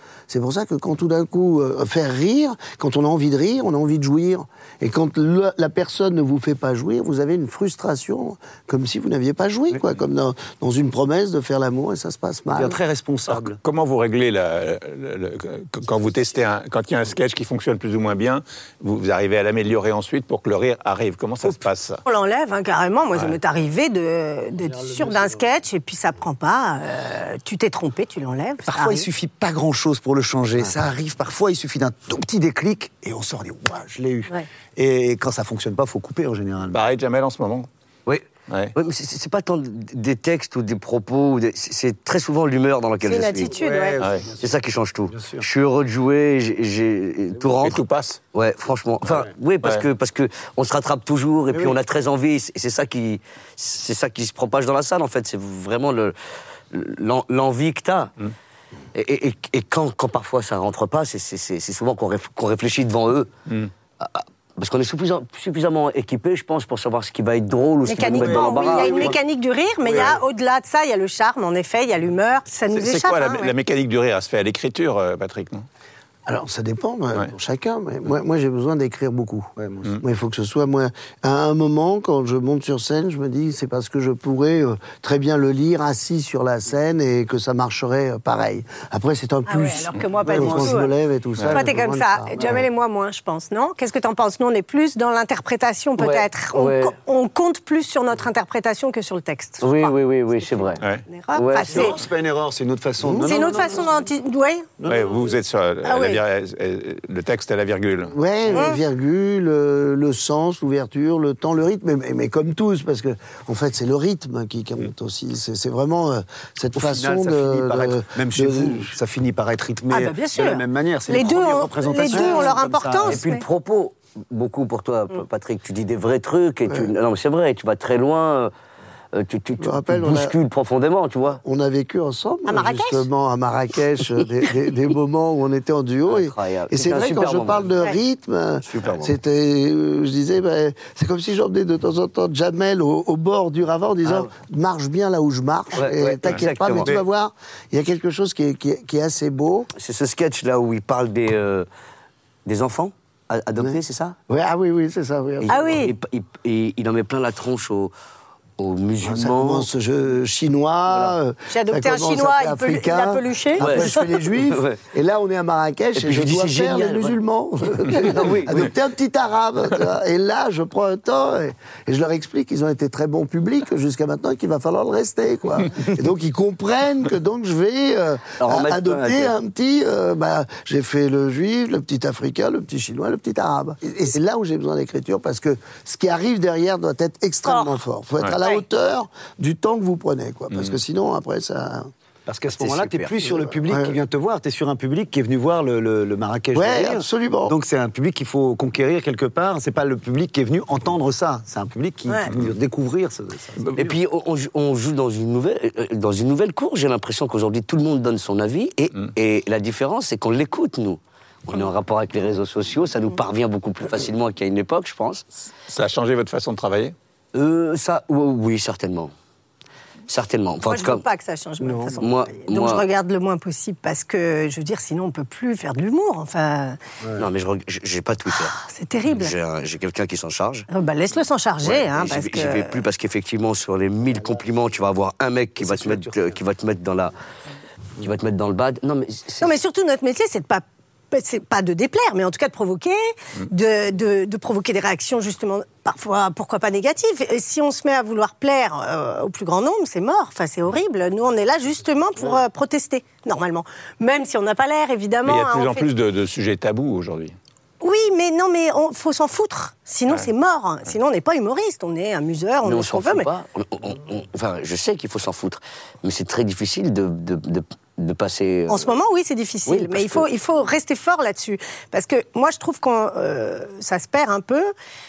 [SPEAKER 7] C'est pour ça que quand tout d'un coup, euh, faire rire, quand on a envie de rire, on a envie de jouir. Et quand le, la personne ne vous fait pas jouir, vous avez une frustration, comme si vous n'aviez pas joué, oui. quoi, comme dans, dans une promesse de faire l'amour et ça se passe mal.
[SPEAKER 5] C'est très responsable.
[SPEAKER 3] Alors, comment vous réglez la, la, la, quand vous testez un, quand il y a un sketch qui fonctionne plus ou moins bien, vous, vous arrivez à l'améliorer ensuite pour que le rire arrive. Comment ça se passe ça ?
[SPEAKER 4] On l'enlève hein, carrément. Moi, ouais. ça m'est arrivé de, d'être sûr d'un sketch et puis ça prend pas. Euh, tu t'es trompé, tu l'enlèves.
[SPEAKER 5] Parfois, il suffit pas grand-chose pour le changer. Ouais. Ça arrive. Parfois, il suffit d'un tout petit déclic et on sort des ouah, je l'ai eu. Ouais. Et quand ça fonctionne pas, faut couper en général.
[SPEAKER 3] Pareil, Jamel, en ce moment.
[SPEAKER 6] Oui. Ouais. Ouais, mais c'est, c'est pas tant des textes ou des propos, ou des, c'est, c'est très souvent l'humeur dans laquelle
[SPEAKER 4] c'est
[SPEAKER 6] je suis.
[SPEAKER 4] C'est l'attitude, ouais.
[SPEAKER 6] ouais. C'est ça qui change tout. Je suis heureux de jouer, j'ai, j'ai tout rentre.
[SPEAKER 3] Et tout passe.
[SPEAKER 6] Ouais, franchement. Enfin, ouais. oui, parce ouais. que parce que on se rattrape toujours et mais puis oui. on a très envie. Et c'est ça qui, c'est ça qui se propage dans la salle en fait. C'est vraiment le, l'envie que t'as. Mm. Et, et, et quand, quand parfois ça rentre pas, c'est, c'est, c'est souvent qu'on, réf, qu'on réfléchit devant eux. Mm. À, Parce qu'on est suffisamment, suffisamment équipé, je pense, pour savoir ce qui va être drôle ou ce qui va nous mettre dans l'embarras.
[SPEAKER 4] Oui, il y a une mécanique du rire, mais oui. il y a, au-delà de ça, il y a le charme, en effet, il y a l'humeur, ça nous
[SPEAKER 3] c'est,
[SPEAKER 4] échappe.
[SPEAKER 3] C'est quoi
[SPEAKER 4] hein,
[SPEAKER 3] la,
[SPEAKER 4] ouais.
[SPEAKER 3] la mécanique du rire ? Elle se fait à l'écriture, Patrick, non ?
[SPEAKER 7] Alors, ça dépend ouais. pour chacun. Mais
[SPEAKER 3] Mm.
[SPEAKER 7] moi, moi, j'ai besoin d'écrire beaucoup.
[SPEAKER 5] Ouais, moi, mm.
[SPEAKER 7] moi, il faut que ce soit... Moi, à un moment, quand je monte sur scène, je me dis, c'est parce que je pourrais euh, très bien le lire assis sur la scène et que ça marcherait euh, pareil. Après, c'est un plus.
[SPEAKER 4] Ah ouais, alors que moi, pas du tout.
[SPEAKER 7] Quand je me lève et tout ça...
[SPEAKER 4] Toi, t'es comme ça. Jamel et moi, moins, je pense, non ? Qu'est-ce que t'en penses ? Nous, on est plus dans l'interprétation, peut-être.
[SPEAKER 6] Ouais, ouais.
[SPEAKER 4] On, on compte plus sur notre interprétation que sur le texte.
[SPEAKER 6] Oui, oui, oui, oui, c'est vrai.
[SPEAKER 3] Ouais.
[SPEAKER 4] Une erreur.
[SPEAKER 6] Ouais,
[SPEAKER 4] enfin,
[SPEAKER 6] c'est...
[SPEAKER 4] c'est...
[SPEAKER 5] Non, c'est pas une erreur, c'est une autre façon.
[SPEAKER 4] Mmh.
[SPEAKER 5] Non,
[SPEAKER 4] c'est
[SPEAKER 5] non,
[SPEAKER 4] une autre
[SPEAKER 5] non,
[SPEAKER 4] façon
[SPEAKER 5] non,
[SPEAKER 4] dont... Oui
[SPEAKER 3] ouais, vous, vous êtes sur ah, la,
[SPEAKER 4] oui.
[SPEAKER 3] la, le texte à la virgule.
[SPEAKER 7] Ouais,
[SPEAKER 4] mmh.
[SPEAKER 7] la virgule, le, le sens, l'ouverture, le temps, le rythme, mais, mais comme tous, parce que en fait, c'est le rythme qui compte aussi. C'est, c'est vraiment euh, cette
[SPEAKER 5] Au
[SPEAKER 7] façon
[SPEAKER 5] final,
[SPEAKER 7] de,
[SPEAKER 5] de,
[SPEAKER 7] être,
[SPEAKER 5] même chez
[SPEAKER 7] de,
[SPEAKER 5] vous, ça finit par être rythmé
[SPEAKER 4] ah bah bien sûr.
[SPEAKER 5] de la même manière. C'est
[SPEAKER 4] les,
[SPEAKER 5] les,
[SPEAKER 4] deux ont,
[SPEAKER 5] représentations,
[SPEAKER 4] les deux ont leur
[SPEAKER 5] importance.
[SPEAKER 4] importance.
[SPEAKER 6] Et puis
[SPEAKER 4] mais...
[SPEAKER 6] le propos, beaucoup pour toi, Patrick. Tu dis des vrais trucs et tu... ouais. Non, mais c'est vrai, tu vas très loin. Euh, tu, tu, tu, rappelle, tu bouscules a, profondément, tu vois.
[SPEAKER 7] On a vécu ensemble,
[SPEAKER 4] à Marrakech.
[SPEAKER 7] justement, à Marrakech, des, des, des moments où on était en duo. Et, et c'est vrai, quand je moment. parle de rythme, super c'était, euh, je disais, ben, c'est comme si j'emmenais de temps en temps Jamel au, au bord du ravin en disant, ah, ouais. marche bien là où je marche, ouais, et ouais, t'inquiète exactement. pas, mais tu vas voir, il y a quelque chose qui est, qui est, qui est assez beau.
[SPEAKER 6] C'est ce sketch-là où il parle des, euh, des enfants adoptés, ouais. c'est ça ?
[SPEAKER 7] Ouais, ah oui, oui, c'est ça. Oui,
[SPEAKER 4] ah oui.
[SPEAKER 6] Et, et, et, il en met plein la tronche au... aux musulmans.
[SPEAKER 7] Ça commence ce jeu chinois. Voilà.
[SPEAKER 4] J'ai adopté un chinois, il, peut, il a peluché.
[SPEAKER 7] Après, ouais. je fais les juifs. Ouais. Et là, on est à Marrakech et, et je dois faire génial, les musulmans. Ouais. oui, adopter oui. un petit arabe. Et là, je prends un temps et, et je leur explique qu'ils ont été très bons publics jusqu'à maintenant et qu'il va falloir le rester. Quoi. Et donc, ils comprennent que donc je vais euh, adopter un, un petit... Euh, bah, j'ai fait le juif, le petit africain, le petit chinois, le petit arabe. Et, et c'est là où j'ai besoin d'écriture parce que ce qui arrive derrière doit être extrêmement oh. fort. Il faut être ouais. à la hauteur du temps que vous prenez, quoi. Parce mmh. que sinon, après, ça...
[SPEAKER 5] Parce qu'à ce moment-là, tu n'es plus sur le public ouais. qui vient te voir, tu es sur un public qui est venu voir le, le, le Marrakech.
[SPEAKER 7] Oui, absolument.
[SPEAKER 5] Donc c'est un public qu'il faut conquérir quelque part. C'est pas le public qui est venu entendre ça. C'est un public qui, ouais. qui est venu découvrir ça.
[SPEAKER 6] Et puis on, on joue dans une nouvelle, dans une nouvelle cour. J'ai l'impression qu'aujourd'hui tout le monde donne son avis et, mmh. et la différence, c'est qu'on l'écoute, nous. On est en rapport avec les réseaux sociaux, ça nous parvient beaucoup plus facilement qu'à une époque, je pense.
[SPEAKER 3] Ça a changé votre façon de travailler ?
[SPEAKER 6] Euh, ça, oui, certainement. Certainement. Enfin,
[SPEAKER 4] moi, je ne veux pas que ça change ma façon
[SPEAKER 6] moi,
[SPEAKER 4] de travailler. Donc,
[SPEAKER 6] moi...
[SPEAKER 4] je regarde le moins possible parce que, je veux dire, sinon, on ne peut plus faire de l'humour. Enfin...
[SPEAKER 6] Ouais. Non, mais je n'ai pas Twitter.
[SPEAKER 4] Oh, c'est terrible.
[SPEAKER 6] J'ai, un, j'ai quelqu'un qui s'en charge.
[SPEAKER 4] Oh, bah, laisse-le s'en charger. Ouais, hein, parce
[SPEAKER 6] j'y,
[SPEAKER 4] que...
[SPEAKER 6] j'y vais plus parce qu'effectivement, sur les mille compliments, tu vas avoir un mec qui va, te mettre, euh, qui va te mettre dans la... qui va te mettre dans le bad. Non, mais, c'est...
[SPEAKER 4] non, mais surtout, notre métier, c'est de pas... c'est pas de déplaire, mais en tout cas de provoquer, mmh. de, de, de provoquer des réactions justement, parfois, pourquoi pas négatives. Et si on se met à vouloir plaire euh, au plus grand nombre, c'est mort, enfin c'est horrible. Nous, on est là justement pour euh, protester, normalement. Même si on n'a pas l'air, évidemment.
[SPEAKER 3] Mais il y a de plus
[SPEAKER 4] hein,
[SPEAKER 3] en
[SPEAKER 4] fait...
[SPEAKER 3] plus de, de sujets tabous aujourd'hui.
[SPEAKER 4] Oui, mais non, mais il faut s'en foutre. Sinon, ouais. c'est mort. Sinon, on n'est pas humoriste, on est amuseur, on
[SPEAKER 6] mais
[SPEAKER 4] est
[SPEAKER 6] on
[SPEAKER 4] ce qu'on
[SPEAKER 6] s'en
[SPEAKER 4] veut.
[SPEAKER 6] fout mais... pas. On, on, on, enfin, je sais qu'il faut s'en foutre, mais c'est très difficile de... de, de... de passer...
[SPEAKER 4] En ce moment, oui, c'est difficile. Oui, mais il faut, que... il faut rester fort là-dessus. Parce que moi, je trouve que euh, ça se perd un peu.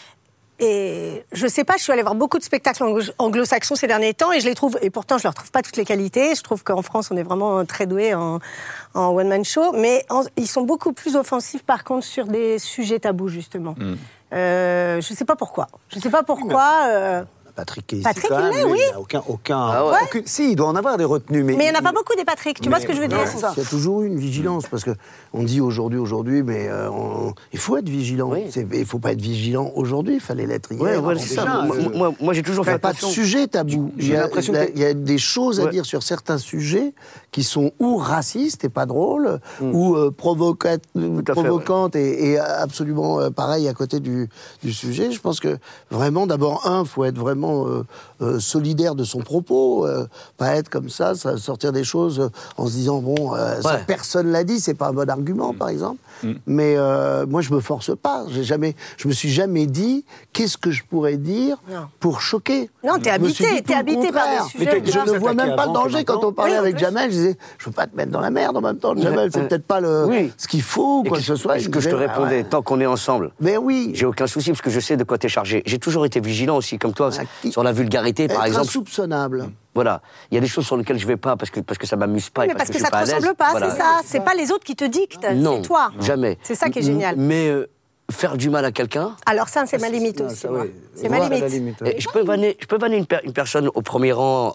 [SPEAKER 4] Et je sais pas, je suis allée voir beaucoup de spectacles anglo-saxons ces derniers temps et je les trouve, et pourtant je leur trouve pas toutes les qualités. Je trouve qu'en France, on est vraiment très doués en, en one-man show. Mais en, ils sont beaucoup plus offensifs, par contre, sur des sujets tabous, justement. Mm. Euh, je sais pas pourquoi. Je sais pas pourquoi... Euh...
[SPEAKER 5] Patrick qui est ici,
[SPEAKER 4] Patrick,
[SPEAKER 5] quand
[SPEAKER 4] il
[SPEAKER 5] même,
[SPEAKER 4] l'est,
[SPEAKER 5] lui,
[SPEAKER 4] oui.
[SPEAKER 5] il n'a aucun... aucun,
[SPEAKER 6] Ah ouais.
[SPEAKER 5] aucune- Si, il doit en avoir des retenues, mais...
[SPEAKER 4] Mais il n'y en a
[SPEAKER 5] il-
[SPEAKER 4] pas beaucoup des Patrick, tu vois ce que je veux dire?
[SPEAKER 5] c'est ça. Il y a toujours eu une vigilance, parce qu'on dit aujourd'hui, aujourd'hui, mais euh, on- il faut être vigilant.
[SPEAKER 6] Oui.
[SPEAKER 5] C'est- Il ne faut pas être vigilant aujourd'hui, il fallait l'être hier.
[SPEAKER 6] Ouais,
[SPEAKER 5] avant
[SPEAKER 6] ouais, c'est ça.
[SPEAKER 5] déjà.
[SPEAKER 6] Moi,
[SPEAKER 5] Euh,
[SPEAKER 6] moi, moi, j'ai toujours
[SPEAKER 5] Il n'y
[SPEAKER 6] fait
[SPEAKER 5] a pas de
[SPEAKER 6] attention.
[SPEAKER 5] sujet tabou.
[SPEAKER 6] J'ai
[SPEAKER 5] Il y a,
[SPEAKER 6] l'impression
[SPEAKER 5] il y a-
[SPEAKER 6] que-
[SPEAKER 5] il y a des choses à
[SPEAKER 6] Ouais.
[SPEAKER 5] dire sur certains sujets qui sont ou racistes et pas drôles, ou euh, provoca-
[SPEAKER 6] fait,
[SPEAKER 5] provocantes et, et absolument euh, pareil à côté du, du sujet. Je pense que vraiment, d'abord, un, il faut être vraiment euh, euh, solidaire de son propos, euh, pas être comme ça, ça, sortir des choses euh, en se disant, bon, euh, ça,
[SPEAKER 6] Ouais.
[SPEAKER 5] personne l'a dit, c'est pas un bon argument, par exemple. Mais euh, moi, je me force pas. J'ai jamais, je me suis jamais dit, qu'est-ce que je pourrais dire
[SPEAKER 4] Non.
[SPEAKER 5] pour choquer.
[SPEAKER 4] Non, t'es
[SPEAKER 5] Je me suis
[SPEAKER 4] habité,
[SPEAKER 5] dit
[SPEAKER 4] t'es
[SPEAKER 5] tout le
[SPEAKER 4] habité par des
[SPEAKER 5] contraire.
[SPEAKER 4] sujets
[SPEAKER 5] Mais
[SPEAKER 4] où
[SPEAKER 5] je
[SPEAKER 4] genre-
[SPEAKER 5] ne vois même pas le
[SPEAKER 3] avant que
[SPEAKER 5] danger. Quand on
[SPEAKER 3] maintenant.
[SPEAKER 5] parlait
[SPEAKER 4] Oui, en
[SPEAKER 5] avec
[SPEAKER 4] plus.
[SPEAKER 5] Jamel, je disais, je veux pas te mettre dans la merde en même temps. Jamel, c'est
[SPEAKER 6] Ouais.
[SPEAKER 5] peut-être pas le,
[SPEAKER 6] Oui.
[SPEAKER 5] ce qu'il faut, ou
[SPEAKER 6] Et
[SPEAKER 5] quoi
[SPEAKER 6] que,
[SPEAKER 5] que ce soit.
[SPEAKER 6] ce
[SPEAKER 5] Il
[SPEAKER 6] que
[SPEAKER 5] me
[SPEAKER 6] je te
[SPEAKER 5] disait,
[SPEAKER 6] répondais,
[SPEAKER 5] ah ouais.
[SPEAKER 6] tant qu'on est ensemble,
[SPEAKER 5] Mais oui.
[SPEAKER 6] j'ai aucun souci parce que je sais de quoi t'es chargé. J'ai toujours été vigilant aussi, comme toi,
[SPEAKER 5] Actif.
[SPEAKER 6] sur la vulgarité, par
[SPEAKER 5] Être
[SPEAKER 6] exemple.
[SPEAKER 5] insoupçonnable.
[SPEAKER 6] Voilà, il y a des choses sur lesquelles je vais pas parce que parce que ça m'amuse pas. et
[SPEAKER 4] Mais parce que,
[SPEAKER 6] je suis
[SPEAKER 4] ça te
[SPEAKER 6] pas à l'aise.
[SPEAKER 4] ressemble pas,
[SPEAKER 6] Voilà.
[SPEAKER 4] c'est ça. C'est pas les autres qui te dictent,
[SPEAKER 6] Non,
[SPEAKER 4] c'est toi.
[SPEAKER 6] jamais.
[SPEAKER 4] C'est ça qui est
[SPEAKER 6] M-
[SPEAKER 4] génial.
[SPEAKER 6] Mais euh, faire du mal à quelqu'un,
[SPEAKER 4] Alors ça, c'est ma limite
[SPEAKER 5] Non,
[SPEAKER 4] aussi.
[SPEAKER 5] ça,
[SPEAKER 4] moi.
[SPEAKER 5] oui.
[SPEAKER 4] C'est ma
[SPEAKER 5] Voilà,
[SPEAKER 4] limite.
[SPEAKER 5] la limite,
[SPEAKER 6] eh, je peux vanner, je peux vanner une, per- une personne au premier rang,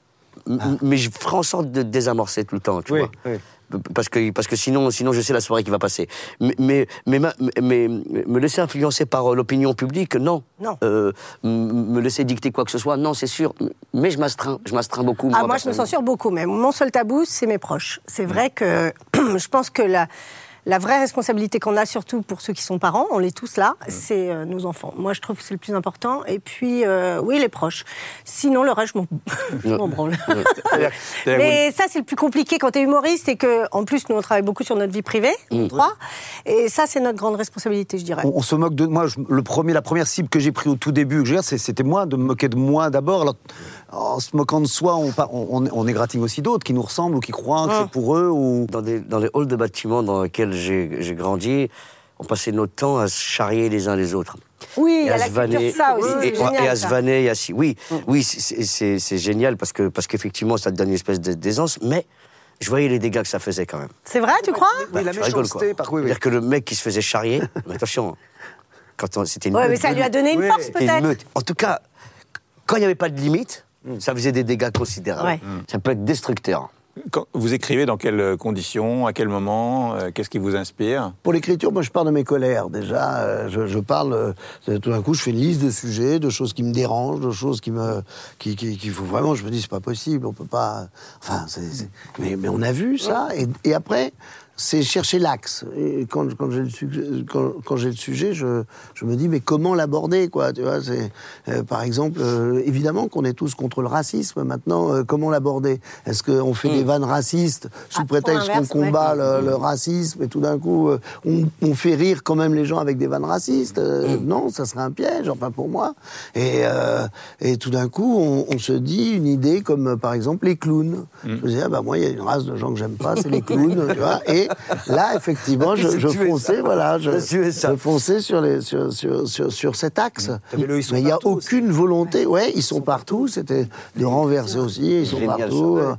[SPEAKER 6] m- mais je ferai en sorte de désamorcer tout le temps, tu
[SPEAKER 5] Oui,
[SPEAKER 6] vois.
[SPEAKER 5] oui.
[SPEAKER 6] Parce que, parce que sinon, sinon, je sais la soirée qui va passer. Mais, mais, mais, ma- mais me laisser influencer par euh, l'opinion publique, non.
[SPEAKER 4] Non.
[SPEAKER 6] Euh, m- me laisser dicter quoi que ce soit, non, c'est sûr. Mais je m'astreins, je m'astreins beaucoup.
[SPEAKER 4] Ah, moi, je me
[SPEAKER 6] personnellement.
[SPEAKER 4] censure beaucoup, mais mon seul tabou, c'est mes proches. C'est vrai que je pense que la, la vraie responsabilité qu'on a, surtout pour ceux qui sont parents, on l'est tous là, c'est euh, nos enfants. Moi, je trouve que c'est le plus important. Et puis, euh, oui, les proches. Sinon, le reste, je m'en, je m'en branle.
[SPEAKER 3] C'est-à-dire- c'est-à-dire
[SPEAKER 4] Mais ça, c'est le plus compliqué quand tu es humoriste et que, en plus, nous, on travaille beaucoup sur notre vie privée, nous trois. Et ça, c'est notre grande responsabilité, je dirais.
[SPEAKER 5] On, on se moque de moi. Je- le premier, la première cible que j'ai pris au tout début, que je veux dire, c'est- c'était moi, de me moquer de moi d'abord. Alors, en se moquant de soi, on, pa- on, on, on égratigne aussi d'autres qui nous ressemblent ou qui croient que c'est pour eux. Ou...
[SPEAKER 6] Dans, des, dans les halls de bâtiments dans lesquels j'ai, j'ai grandi, on passait notre temps à se charrier les uns les autres.
[SPEAKER 4] Oui, il y
[SPEAKER 6] Et
[SPEAKER 4] a
[SPEAKER 6] à
[SPEAKER 4] la
[SPEAKER 6] se
[SPEAKER 4] culture de
[SPEAKER 6] vanner,
[SPEAKER 4] ça aussi,
[SPEAKER 6] et,
[SPEAKER 4] c'est
[SPEAKER 6] et-
[SPEAKER 4] génial,
[SPEAKER 6] et à se
[SPEAKER 4] ça.
[SPEAKER 6] vanner, et à si- oui, oui, c'est, c'est, c'est génial parce que parce qu'effectivement ça te donne une espèce de- d'aisance, mais je voyais les dégâts que ça faisait quand même.
[SPEAKER 4] C'est vrai, tu crois?
[SPEAKER 5] Oui, la
[SPEAKER 6] Tu rigoles,
[SPEAKER 5] méchanceté,
[SPEAKER 6] quoi.
[SPEAKER 5] par oui, oui.
[SPEAKER 6] C'est-à-dire que le mec qui se faisait charrier, mais attention, hein, quand on, c'était une
[SPEAKER 4] Ouais,
[SPEAKER 6] meute
[SPEAKER 4] mais ça lui a
[SPEAKER 6] de-
[SPEAKER 4] donné une
[SPEAKER 5] Oui,
[SPEAKER 4] force,
[SPEAKER 6] c'était une
[SPEAKER 4] peut-être.
[SPEAKER 6] meute. En tout cas, quand il n'y avait pas de limite, ça faisait des dégâts considérables.
[SPEAKER 4] Ouais.
[SPEAKER 6] Ça peut être destructeur.
[SPEAKER 3] Quand vous écrivez dans quelles conditions, à quel moment, euh, qu'est-ce qui vous inspire?
[SPEAKER 5] Pour l'écriture, moi, je pars de mes colères. Déjà, euh, je, je parle. euh, tout d'un coup, je fais une liste de sujets, de choses qui me dérangent, de choses qui me, qui, qui, qui faut vraiment. Je me dis, c'est pas possible. On peut pas. Enfin, c'est, c'est- mais, mais on a vu ça. Et, et après, c'est chercher l'axe. Et quand, quand j'ai le, su- quand, quand j'ai le sujet, je, je me dis, mais comment l'aborder, quoi. Tu vois, c'est, euh, par exemple, euh, évidemment qu'on est tous contre le racisme. Maintenant, euh, comment l'aborder? Est-ce qu'on fait des vannes racistes sous
[SPEAKER 4] Ah,
[SPEAKER 5] prétexte
[SPEAKER 4] pour
[SPEAKER 5] qu'on
[SPEAKER 4] l'inverse,
[SPEAKER 5] combat
[SPEAKER 4] ouais.
[SPEAKER 5] le, le racisme et tout d'un coup euh, on, on fait rire quand même les gens avec des vannes racistes? Euh, Non, ça serait un piège, enfin pour moi. Et, euh, et tout d'un coup, on, on se dit une idée comme euh, par exemple les clowns. Je me disais, ah bah moi il y a une race de gens que j'aime pas, c'est les clowns, tu vois. Et là, effectivement, je, je
[SPEAKER 6] Tu es
[SPEAKER 5] fonçais,
[SPEAKER 6] ça.
[SPEAKER 5] voilà, je,
[SPEAKER 6] Tu es ça.
[SPEAKER 5] je fonçais sur les sur sur sur, sur cet axe.
[SPEAKER 3] T'avais le ils sont
[SPEAKER 5] Mais il y a
[SPEAKER 3] partout
[SPEAKER 5] aucune volonté. Ouais, ils sont partout. C'était de renverser aussi. Ils sont
[SPEAKER 6] Génial,
[SPEAKER 5] partout.
[SPEAKER 6] ça, ouais.
[SPEAKER 5] euh,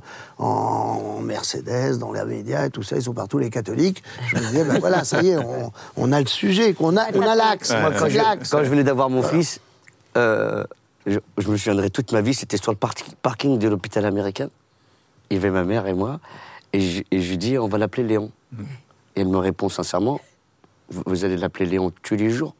[SPEAKER 5] en Mercedes, dans les médias et tout ça, ils sont partout les catholiques. Je me disais, ben voilà, ça y est, on, on a le sujet, qu'on a, on a l'axe.
[SPEAKER 3] Ouais,
[SPEAKER 5] Moi,
[SPEAKER 3] ouais.
[SPEAKER 5] quand
[SPEAKER 6] Quand,
[SPEAKER 5] j'ai
[SPEAKER 6] je,
[SPEAKER 5] l'axe.
[SPEAKER 6] quand je venais d'avoir mon fils, euh, je, je me souviendrai toute ma vie, c'était sur le par- parking de l'hôpital américain. Il y avait ma mère et moi, et je, et je lui dis, on va l'appeler Léon. Et elle me répond sincèrement, vous, vous allez l'appeler Léon tous les jours.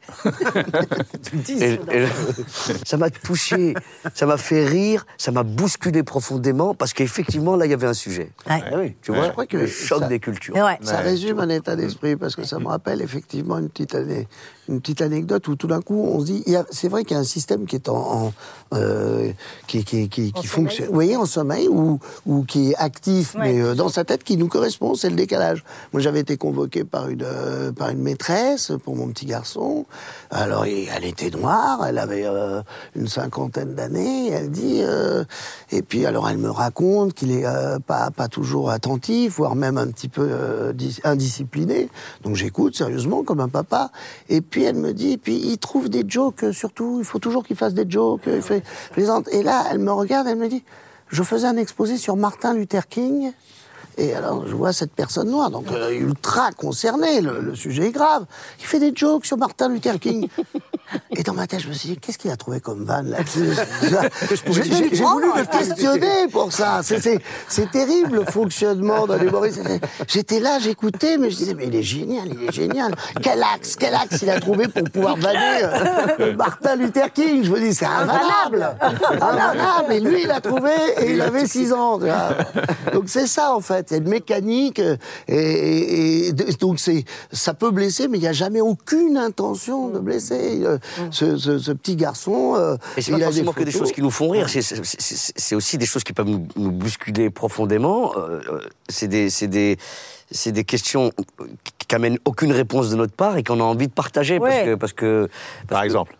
[SPEAKER 6] Et- et ça m'a touché, ça m'a fait rire, ça m'a bousculé profondément, parce qu'effectivement, là, il y avait un sujet.
[SPEAKER 4] Ouais.
[SPEAKER 5] Ah oui,
[SPEAKER 6] Tu vois,
[SPEAKER 5] je crois que
[SPEAKER 6] le choc
[SPEAKER 5] ça-
[SPEAKER 6] des cultures.
[SPEAKER 4] Et ouais.
[SPEAKER 5] Ça résume un état d'esprit, parce que ça me rappelle effectivement une petite, année, une petite anecdote où tout d'un coup on se dit, il y a- c'est vrai qu'il y a un système qui est en, en, euh, qui, qui, qui, qui
[SPEAKER 4] En
[SPEAKER 5] fonctionne,
[SPEAKER 4] sommeil.
[SPEAKER 5] vous voyez, en sommeil ou, ou qui est actif,
[SPEAKER 4] Ouais.
[SPEAKER 5] mais euh, dans sa tête qui nous correspond, c'est le décalage. Moi, j'avais été convoqué par une euh, par une maîtresse pour mon petit garçon. Alors, et elle était noire, elle avait euh, une cinquantaine d'années. Elle dit, euh, et puis alors elle me raconte qu'il est euh, pas pas toujours attentif, voire même un petit peu euh, dis- indiscipliné. Donc j'écoute sérieusement comme un papa. Et puis elle me dit, et puis il trouve des jokes, euh, surtout, il faut toujours qu'il fasse des jokes, il fait plaisante. Et là, elle me regarde, elle me dit, je faisais un exposé sur Martin Luther King.
[SPEAKER 7] Et alors, je vois cette personne noire, donc euh, ultra concernée, le, le sujet est grave. Il fait des jokes sur Martin Luther King. Et dans ma tête, je me suis dit, qu'est-ce qu'il a trouvé comme vanne là-dessus? J'ai j'ai voulu le questionner pour ça. C'est- C'est c'est terrible, le fonctionnement d'un humoriste. J'étais là, j'écoutais, mais je disais, mais il est génial, il est génial. Quel axe, quel axe il a trouvé pour pouvoir vanner euh, Martin Luther King? Je me dis, c'est invannable. Invannable. Et lui, il a trouvé, et il avait six ans. Tu vois. Donc c'est ça, en fait. Il y a une mécanique, euh, et, et- et donc c'est, ça peut blesser, mais il n'y a jamais aucune intention de blesser. Euh, Ce, ce- ce petit garçon, euh,
[SPEAKER 6] Et c'est
[SPEAKER 7] il
[SPEAKER 6] pas
[SPEAKER 7] a des
[SPEAKER 6] forcément que des
[SPEAKER 7] photos.
[SPEAKER 6] choses qui nous font rire, c'est- c'est c'est- c'est aussi des choses qui peuvent nous, nous bousculer profondément. Euh, euh, c'est des, c'est des, c'est des questions qui qui amènent aucune réponse de notre part et qu'on a envie de partager parce
[SPEAKER 4] Ouais.
[SPEAKER 6] que, parce que, parce
[SPEAKER 3] Par
[SPEAKER 6] que-
[SPEAKER 3] exemple.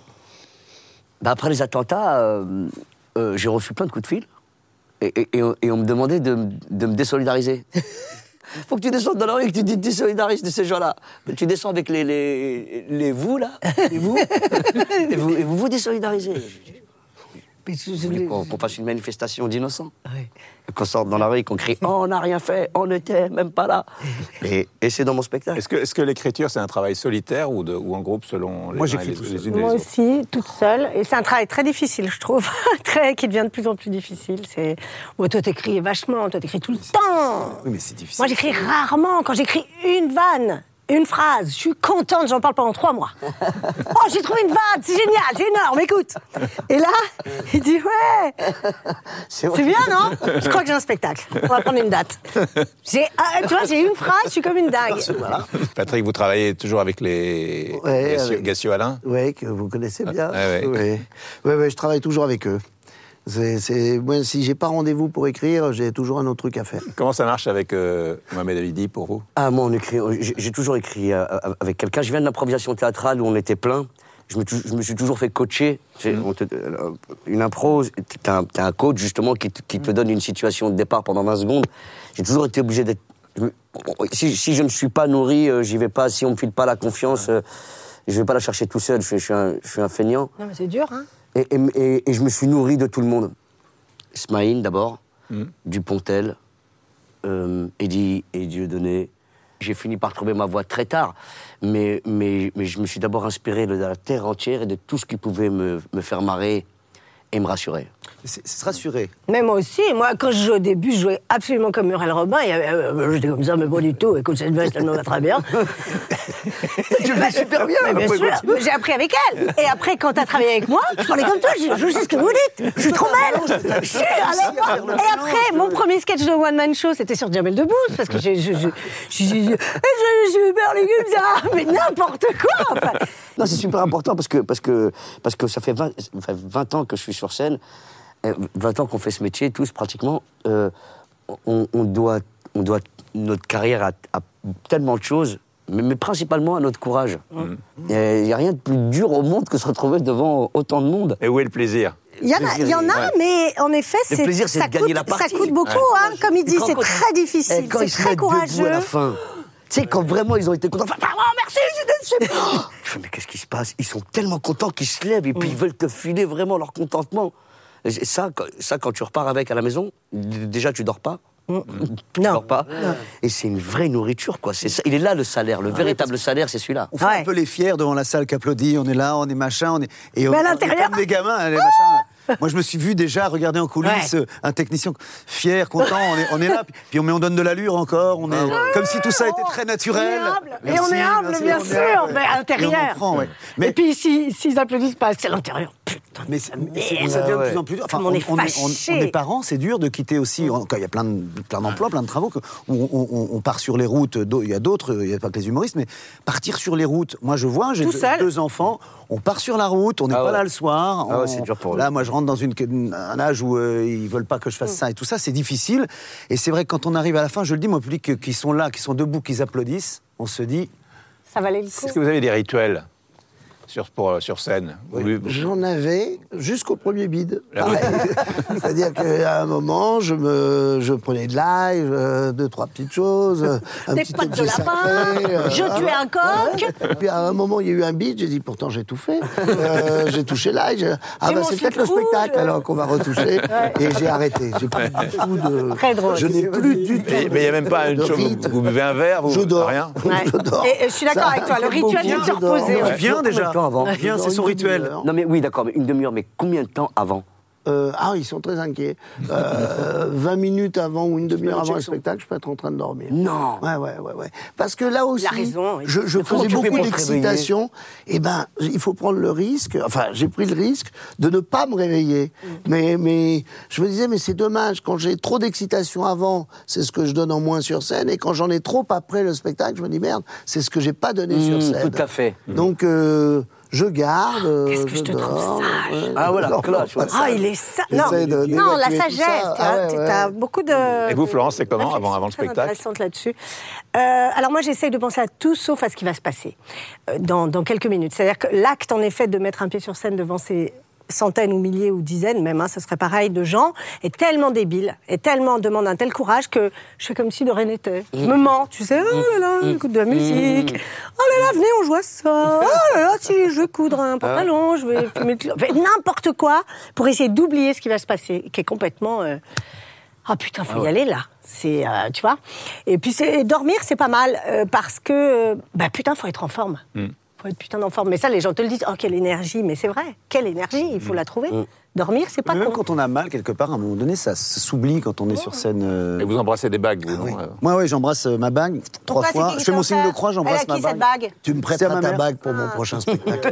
[SPEAKER 6] bah, après les attentats, euh, euh, j'ai reçu plein de coups de fil et, et- et on, et on me demandait de, m- de me désolidariser. Faut que tu descendes dans la rue et que tu te désolidarises de ces gens-là. Mais tu descends avec les, les, les vous, là, et vous, et vous, et vous vous désolidarisez.
[SPEAKER 4] Mais je- je
[SPEAKER 6] Vous voulez
[SPEAKER 4] l'ai-
[SPEAKER 6] qu'on qu'on fasse une manifestation d'innocents. Qu'on sorte dans la rue et qu'on crie « Oh, on n'a rien fait, on n'était même pas là ». Et, et c'est dans mon spectacle.
[SPEAKER 3] Est-ce que, est-ce que l'écriture, c'est un travail solitaire ou, de, ou en groupe selon les
[SPEAKER 5] Moi,
[SPEAKER 3] uns et
[SPEAKER 5] j'écris
[SPEAKER 3] les,
[SPEAKER 5] tout
[SPEAKER 3] les
[SPEAKER 5] seul.
[SPEAKER 3] unes et les
[SPEAKER 4] Moi
[SPEAKER 3] autres
[SPEAKER 4] aussi, toute seule. Et c'est un travail très difficile, je trouve, très, qui devient de plus en plus difficile. C'est... Bon, toi, t'écris vachement, toi, t'écris tout le temps.
[SPEAKER 5] Oui, mais c'est difficile.
[SPEAKER 4] Moi, j'écris rarement. Quand j'écris une vanne, une phrase, je suis contente, j'en parle pendant trois mois. Oh, j'ai trouvé une vanne, c'est génial, c'est énorme, écoute. Et là, il dit, ouais,
[SPEAKER 6] C'est
[SPEAKER 4] c'est bien, non? Je crois que j'ai un spectacle. On va prendre une date. J'ai, ah, tu vois, j'ai une phrase, je suis comme une dingue.
[SPEAKER 7] Voilà.
[SPEAKER 3] Patrick, vous travaillez toujours avec les
[SPEAKER 7] Ouais,
[SPEAKER 3] Gassio-
[SPEAKER 7] avec-
[SPEAKER 3] Gassio-Alain
[SPEAKER 7] Oui, que vous connaissez bien.
[SPEAKER 3] ouais, ouais.
[SPEAKER 7] Ouais. Ouais, ouais, je travaille toujours avec eux. C'est, c'est... Moi, si j'ai pas rendez-vous pour écrire, j'ai toujours un autre truc à faire.
[SPEAKER 3] Comment ça marche avec euh, Mohamed Avidi pour vous?
[SPEAKER 6] Ah, moi, on écrit, j'ai j'ai toujours écrit euh, avec quelqu'un. Je viens de l'improvisation théâtrale où on était plein. Je me, tou- je me suis toujours fait coacher. J'ai- on te- euh, une impro, t'as un, t'as un coach justement qui te, qui te donne une situation de départ pendant vingt secondes. J'ai toujours été obligé d'être... je me- Si, si je ne suis pas nourri, euh, j'y vais pas. Si on me file pas la confiance, euh, je vais pas la chercher tout seul. Je, suis- je, suis, un, je suis un feignant.
[SPEAKER 4] Non, mais c'est dur, hein.
[SPEAKER 6] Et, et- et- et je me suis nourri de tout le monde. Smaïn d'abord, Dupontel, euh, Eddie et Dieudonné. J'ai fini par trouver ma voie très tard, mais, mais, mais je me suis d'abord inspiré de la terre entière et de tout ce qui pouvait me, me faire marrer et me rassurer.
[SPEAKER 5] C'est c'est se rassurer.
[SPEAKER 4] Mais moi aussi, moi, quand je jouais au début, je jouais absolument comme Muriel Robin. Il y avait, euh, j'étais comme ça, mais pas du tout. Écoute, cette veste, elle me va très bien.
[SPEAKER 7] Tu le fais super bien.
[SPEAKER 4] Mais bien sûr, mais j'ai appris avec elle. Et après, quand t'as travaillé avec moi, je parlais comme toi, je dis, je sais ce que vous dites, je suis trop belle. Je suis, alors, et après, mon premier sketch de One Man Show, c'était sur Jamel Debbouze, parce que je, je, je, je, je, je, je suis hyper légumes, ça, mais n'importe quoi. Enfin,
[SPEAKER 6] Non, c'est super important parce que, parce que, parce que ça fait vingt, ça fait vingt ans que je suis sur scène, euh, vingt ans qu'on fait ce métier, tous pratiquement. Euh, on, on, doit, on doit notre carrière à, à tellement de choses, mais, mais principalement à notre courage. Il n'y a rien de plus dur au monde que se retrouver devant autant de monde.
[SPEAKER 3] Et où est le plaisir?
[SPEAKER 4] il y en a, il y en a, mais en effet,
[SPEAKER 6] Le
[SPEAKER 4] c'est,
[SPEAKER 6] plaisir, c'est
[SPEAKER 4] ça,
[SPEAKER 6] de gagner
[SPEAKER 4] coûte,
[SPEAKER 6] la partie.
[SPEAKER 4] ça coûte beaucoup, hein, comme il dit,
[SPEAKER 6] Et quand-
[SPEAKER 4] c'est
[SPEAKER 6] quand-
[SPEAKER 4] très
[SPEAKER 6] Et
[SPEAKER 4] difficile,
[SPEAKER 6] quand
[SPEAKER 4] c'est
[SPEAKER 6] ils se
[SPEAKER 4] très
[SPEAKER 6] mettent debout
[SPEAKER 4] courageux.
[SPEAKER 6] à la fin, tu sais, quand vraiment ils ont été contents, enfin, oh merci, j'étais super. Je fais, mais qu'est-ce qui se passe? Ils sont tellement contents qu'ils se lèvent et puis ils veulent te filer vraiment leur contentement. Et ça, quand- ça, quand tu repars avec à la maison, d- déjà tu dors pas. Tu
[SPEAKER 4] Non.
[SPEAKER 6] dors pas. Et c'est une vraie nourriture, quoi. C'est ça. Il est là le salaire, le véritable salaire, c'est celui-là.
[SPEAKER 5] On fait
[SPEAKER 4] Ouais.
[SPEAKER 5] un peu les fiers devant la salle qui applaudit, on est là, on est machin, on est... Et on,
[SPEAKER 4] Mais à
[SPEAKER 5] on est
[SPEAKER 4] l'intérieur-
[SPEAKER 5] comme des gamins, les machins. Moi, je me suis vu déjà regarder en coulisses
[SPEAKER 4] Ouais.
[SPEAKER 5] euh, un technicien fier, content, on est, on est là, puis, puis on, mais on donne de l'allure encore, on est comme si tout ça était très naturel.
[SPEAKER 4] On est humble. Et
[SPEAKER 5] Merci,
[SPEAKER 4] on est humble,
[SPEAKER 5] merci,
[SPEAKER 4] bien
[SPEAKER 5] on est
[SPEAKER 4] sûr,
[SPEAKER 5] humble,
[SPEAKER 4] mais à
[SPEAKER 5] Et on
[SPEAKER 4] l'intérieur.
[SPEAKER 5] en prend, ouais.
[SPEAKER 4] Et
[SPEAKER 5] Mais,
[SPEAKER 4] puis, si- s'ils applaudissent pas, c'est à l'intérieur. Putain,
[SPEAKER 5] mais, c'est- mais c'est-
[SPEAKER 4] merde.
[SPEAKER 5] ça devient de
[SPEAKER 6] Ouais.
[SPEAKER 5] plus en plus dur. Enfin,
[SPEAKER 4] Comme on est
[SPEAKER 5] on,
[SPEAKER 4] fâché.
[SPEAKER 5] on est parents, c'est dur de quitter aussi. on- quand il y a plein de- plein d'emplois, plein de travaux, que- où on, on- on part sur les routes. d'au- Il y a d'autres, il n'y a pas que les humoristes, mais partir sur les routes. Moi, je vois, j'ai
[SPEAKER 4] Tout
[SPEAKER 5] deux,
[SPEAKER 4] seul.
[SPEAKER 5] deux enfants. On part sur la route, on n'est
[SPEAKER 6] Ah
[SPEAKER 5] pas
[SPEAKER 6] ouais.
[SPEAKER 5] là le soir.
[SPEAKER 6] Ah ouais,
[SPEAKER 5] on-
[SPEAKER 6] c'est dur pour eux.
[SPEAKER 5] Là, moi, je rentre dans une, un âge où euh, ils veulent pas que je fasse ça et tout ça. C'est difficile. Et c'est vrai que quand on arrive à la fin, je le dis, mon public euh, qui sont là, qui sont debout, qui applaudissent, on se dit.
[SPEAKER 4] Ça valait le coup.
[SPEAKER 3] Est-ce que vous avez des rituels sur, pour, sur scène. Oui.
[SPEAKER 7] J'en avais jusqu'au premier bide. C'est-à-dire qu'à un moment, je, me, je prenais de live, euh, deux, trois petites choses, un
[SPEAKER 4] Des
[SPEAKER 7] petit
[SPEAKER 4] pattes de
[SPEAKER 7] objet
[SPEAKER 4] lapin,
[SPEAKER 7] sacré, euh,
[SPEAKER 4] je tuais un coq.
[SPEAKER 7] Ouais. Et puis à un moment, il y a eu un bide, j'ai dit pourtant j'ai tout fait. Euh, j'ai touché live. J'ai... Ah
[SPEAKER 4] Et
[SPEAKER 7] bah
[SPEAKER 4] mon
[SPEAKER 7] c'est peut-être
[SPEAKER 4] slip
[SPEAKER 7] le spectacle
[SPEAKER 4] rouge.
[SPEAKER 7] alors qu'on va retoucher. Et j'ai arrêté. J'ai plus du tout de.
[SPEAKER 4] Très drôle.
[SPEAKER 7] Je n'ai plus du tout.
[SPEAKER 3] Mais il n'y a même pas une
[SPEAKER 7] de
[SPEAKER 3] chose.
[SPEAKER 7] rite.
[SPEAKER 3] Vous buvez un verre, vous
[SPEAKER 7] Je dors.
[SPEAKER 3] rien.
[SPEAKER 4] Ouais.
[SPEAKER 7] Je dors.
[SPEAKER 4] Et, et je suis d'accord
[SPEAKER 7] Ça
[SPEAKER 4] avec toi, le
[SPEAKER 7] inquiète
[SPEAKER 4] rituel
[SPEAKER 7] beaucoup,
[SPEAKER 4] de se
[SPEAKER 7] je dors.
[SPEAKER 4] reposer.
[SPEAKER 5] Tu
[SPEAKER 4] ouais.
[SPEAKER 5] viens
[SPEAKER 6] Combien
[SPEAKER 5] déjà
[SPEAKER 6] de temps avant?
[SPEAKER 5] Viens, c'est son rituel.
[SPEAKER 6] Non mais oui, d'accord, mais une demi-heure, mais combien de temps avant?
[SPEAKER 7] Euh, ah, ils sont très inquiets. Euh, vingt minutes avant ou une demi-heure avant le spectacle, je peux être en train de dormir.
[SPEAKER 6] Non.
[SPEAKER 7] Ouais, ouais, ouais, ouais. Parce que là aussi,
[SPEAKER 4] Il a raison, oui.
[SPEAKER 7] je, je
[SPEAKER 6] Comment
[SPEAKER 7] faisais
[SPEAKER 6] tu fais
[SPEAKER 7] beaucoup
[SPEAKER 6] pour te
[SPEAKER 7] d'excitation. Et ben, il faut prendre le risque. Enfin, j'ai pris le risque de ne pas me réveiller.
[SPEAKER 4] Mm.
[SPEAKER 7] Mais, mais je me disais, mais c'est dommage. Quand j'ai trop d'excitation avant, c'est ce que je donne en moins sur scène. Et quand j'en ai trop après le spectacle, je me dis merde, c'est ce que j'ai pas donné sur
[SPEAKER 6] Mmh,
[SPEAKER 7] scène.
[SPEAKER 6] tout à fait.
[SPEAKER 7] Donc. Euh, Je garde, euh,
[SPEAKER 4] Qu'est-ce que je te
[SPEAKER 7] dors,
[SPEAKER 4] trouve sage.
[SPEAKER 7] ouais.
[SPEAKER 6] Ah, voilà,
[SPEAKER 7] Non,
[SPEAKER 6] classe,
[SPEAKER 7] pas
[SPEAKER 6] ouais.
[SPEAKER 7] ça.
[SPEAKER 4] Ah, il est ça. Non,
[SPEAKER 7] J'essaie de-
[SPEAKER 4] non, la
[SPEAKER 7] d'évacuer tout
[SPEAKER 4] sagesse.
[SPEAKER 7] ça.
[SPEAKER 4] Tu
[SPEAKER 7] Ah ouais, ouais.
[SPEAKER 4] as beaucoup de.
[SPEAKER 3] Et vous, Florence, c'est comment,
[SPEAKER 4] de
[SPEAKER 3] avant- avant le
[SPEAKER 4] réflexions très
[SPEAKER 3] spectacle
[SPEAKER 4] intéressantes là-dessus. Euh, alors moi, j'essaye de penser à tout sauf à ce qui va se passer euh, dans, dans quelques minutes. C'est-à-dire que l'acte, en effet, de mettre un pied sur scène devant ces centaines ou milliers ou dizaines, même, hein, ce serait pareil, de gens, est tellement débile, et tellement demande un tel courage que je fais comme si de rien n'était. Je me mens, tu sais, oh là là, j'écoute de la musique, oh là là, venez, on joue à ça, oh là là, si je vais coudre un pantalon, je vais fumer de... enfin, n'importe quoi, pour essayer d'oublier ce qui va se passer, qui est complètement... Euh... Ah putain, faut y aller là. C'est, euh, tu vois. Et puis c'est, et dormir, c'est pas mal euh, parce que, euh, bah putain, faut être en forme.
[SPEAKER 3] Mm.
[SPEAKER 4] Faut être putain en forme. Mais ça, les gens te le disent. Oh, quelle énergie. Mais c'est vrai. Quelle énergie. Il faut la trouver. Dormir, c'est pas
[SPEAKER 5] Mais même
[SPEAKER 4] con.
[SPEAKER 5] quand on a mal quelque part, à un moment donné, ça s'oublie quand on est sur scène. euh.
[SPEAKER 3] Et vous embrassez des bagues, vous,
[SPEAKER 5] Oui.
[SPEAKER 3] non euh
[SPEAKER 5] Moi, oui, j'embrasse euh, ma bague trois
[SPEAKER 4] Pourquoi, c'est
[SPEAKER 5] fois.
[SPEAKER 4] qui
[SPEAKER 5] Je fais mon
[SPEAKER 4] qui
[SPEAKER 5] signe
[SPEAKER 4] fait
[SPEAKER 5] de croix,
[SPEAKER 4] Elle
[SPEAKER 5] j'embrasse
[SPEAKER 4] a
[SPEAKER 5] ma
[SPEAKER 4] qui,
[SPEAKER 5] bague.
[SPEAKER 4] cette bague
[SPEAKER 7] Tu me
[SPEAKER 5] C'est à
[SPEAKER 7] prêteras
[SPEAKER 5] ma
[SPEAKER 7] ta
[SPEAKER 5] mère.
[SPEAKER 7] bague pour mon prochain spectacle.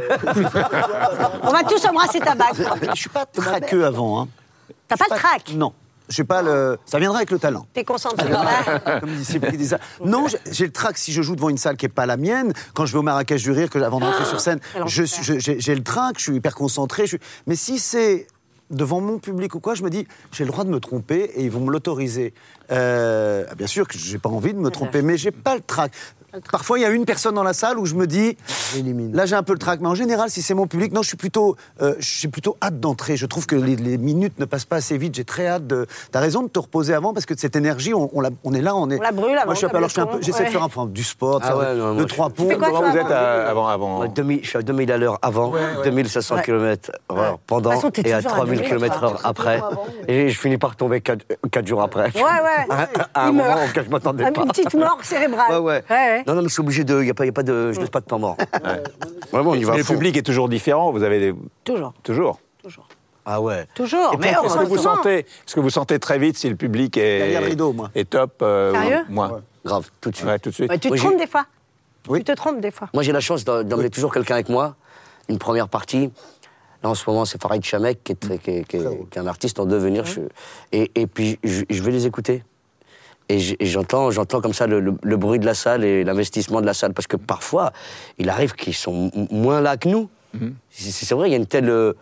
[SPEAKER 4] On va tous embrasser ta bague.
[SPEAKER 5] Je suis pas traqueux avant. Hein.
[SPEAKER 4] T'as pas le trac.
[SPEAKER 5] Non. Je sais pas le. Ça viendra avec le talent.
[SPEAKER 4] T'es concentré.
[SPEAKER 5] Comme dit Cyprien, disait ça. Non, j'ai- j'ai le trac si je joue devant une salle qui n'est pas la mienne. Quand je vais au Marrakech du Rire, que avant de rentrer sur scène,
[SPEAKER 4] quel
[SPEAKER 5] je,
[SPEAKER 4] enfer.
[SPEAKER 5] je- j'ai j'ai le trac, je suis hyper concentré. Je suis... Mais si c'est devant mon public ou quoi, je me dis, j'ai le droit de me tromper et ils vont me l'autoriser. Euh, bien sûr que j'ai pas envie de me tromper, mais j'ai pas le trac. Parfois, il y a une personne dans la salle où je me dis, là j'ai un peu le trac, mais en général, si c'est mon public, non, je suis plutôt, euh, j'ai plutôt hâte d'entrer. Je trouve que les, les minutes ne passent pas assez vite. J'ai très hâte de. T'as raison de te reposer avant parce que cette énergie, on, on, la- on est là, on est.
[SPEAKER 4] On la brûle avant,
[SPEAKER 5] Moi, je suis un peu-
[SPEAKER 4] comme
[SPEAKER 5] alors, je fais un
[SPEAKER 4] le
[SPEAKER 5] peu-
[SPEAKER 4] con,
[SPEAKER 5] j'essaie
[SPEAKER 4] ouais.
[SPEAKER 5] de faire un peu du sport, de
[SPEAKER 6] Ah
[SPEAKER 5] faire
[SPEAKER 6] ouais,
[SPEAKER 5] de-
[SPEAKER 6] non,
[SPEAKER 5] de
[SPEAKER 6] moi,
[SPEAKER 5] trois
[SPEAKER 6] je-
[SPEAKER 5] ponts.
[SPEAKER 4] fais quoi,
[SPEAKER 3] Comment
[SPEAKER 4] toi,
[SPEAKER 3] vous êtes
[SPEAKER 4] avant
[SPEAKER 3] à- avant, avant
[SPEAKER 6] Moi, demi- je suis à deux mille à l'heure avant, deux mille cinq cents
[SPEAKER 4] Ouais.
[SPEAKER 6] kilomètres heure pendant,
[SPEAKER 4] De toute façon, t'es
[SPEAKER 6] et à
[SPEAKER 4] toujours à
[SPEAKER 6] trois mille
[SPEAKER 4] deux mille,
[SPEAKER 6] kilomètres heure
[SPEAKER 4] toi.
[SPEAKER 6] après. Et je finis par tomber quatre jours après.
[SPEAKER 4] Ouais, ouais.
[SPEAKER 6] À, à un
[SPEAKER 4] Il
[SPEAKER 6] moment
[SPEAKER 4] meurt.
[SPEAKER 6] auquel je m'attendais
[SPEAKER 4] Une
[SPEAKER 6] pas.
[SPEAKER 4] petite mort cérébrale.
[SPEAKER 6] Ouais, ouais.
[SPEAKER 4] Ouais, ouais.
[SPEAKER 6] Non, non, mais je suis obligé de. Y a pas, y a pas de je laisse pas de temps mort. Vraiment, on y va.
[SPEAKER 3] Mais
[SPEAKER 6] à
[SPEAKER 3] le
[SPEAKER 6] fond.
[SPEAKER 3] public est toujours différent, vous avez des...
[SPEAKER 4] Toujours.
[SPEAKER 3] Toujours.
[SPEAKER 4] Toujours.
[SPEAKER 6] Ah ouais.
[SPEAKER 4] Toujours.
[SPEAKER 3] Et
[SPEAKER 4] Mais
[SPEAKER 3] puis, est-ce que vous
[SPEAKER 4] heureusement.
[SPEAKER 3] sentez, est-ce que vous sentez très vite si le public est,
[SPEAKER 5] Derrière le rideau, moi.
[SPEAKER 3] est top euh,
[SPEAKER 4] Sérieux
[SPEAKER 3] ou moins
[SPEAKER 6] Grave, tout de suite.
[SPEAKER 3] Ouais, tout de suite.
[SPEAKER 4] Ouais, tu te
[SPEAKER 6] Moi, j'ai-
[SPEAKER 4] trompes des fois.
[SPEAKER 5] Oui.
[SPEAKER 4] Tu te trompes des fois.
[SPEAKER 6] Moi, j'ai la chance d'em- d'emmener toujours quelqu'un avec moi. Une première partie. Là, en ce moment, c'est Farid Chamek, qui est, très- qui est- qui est- qui est un artiste en devenir. Je- et, et puis, je, je vais les écouter. Et j'- et j'entends, j'entends comme ça le, le- le bruit de la salle et l'investissement de la salle. Parce que parfois, il arrive qu'ils sont m- moins là que nous. C'est c'est vrai, il y a une telle. euh,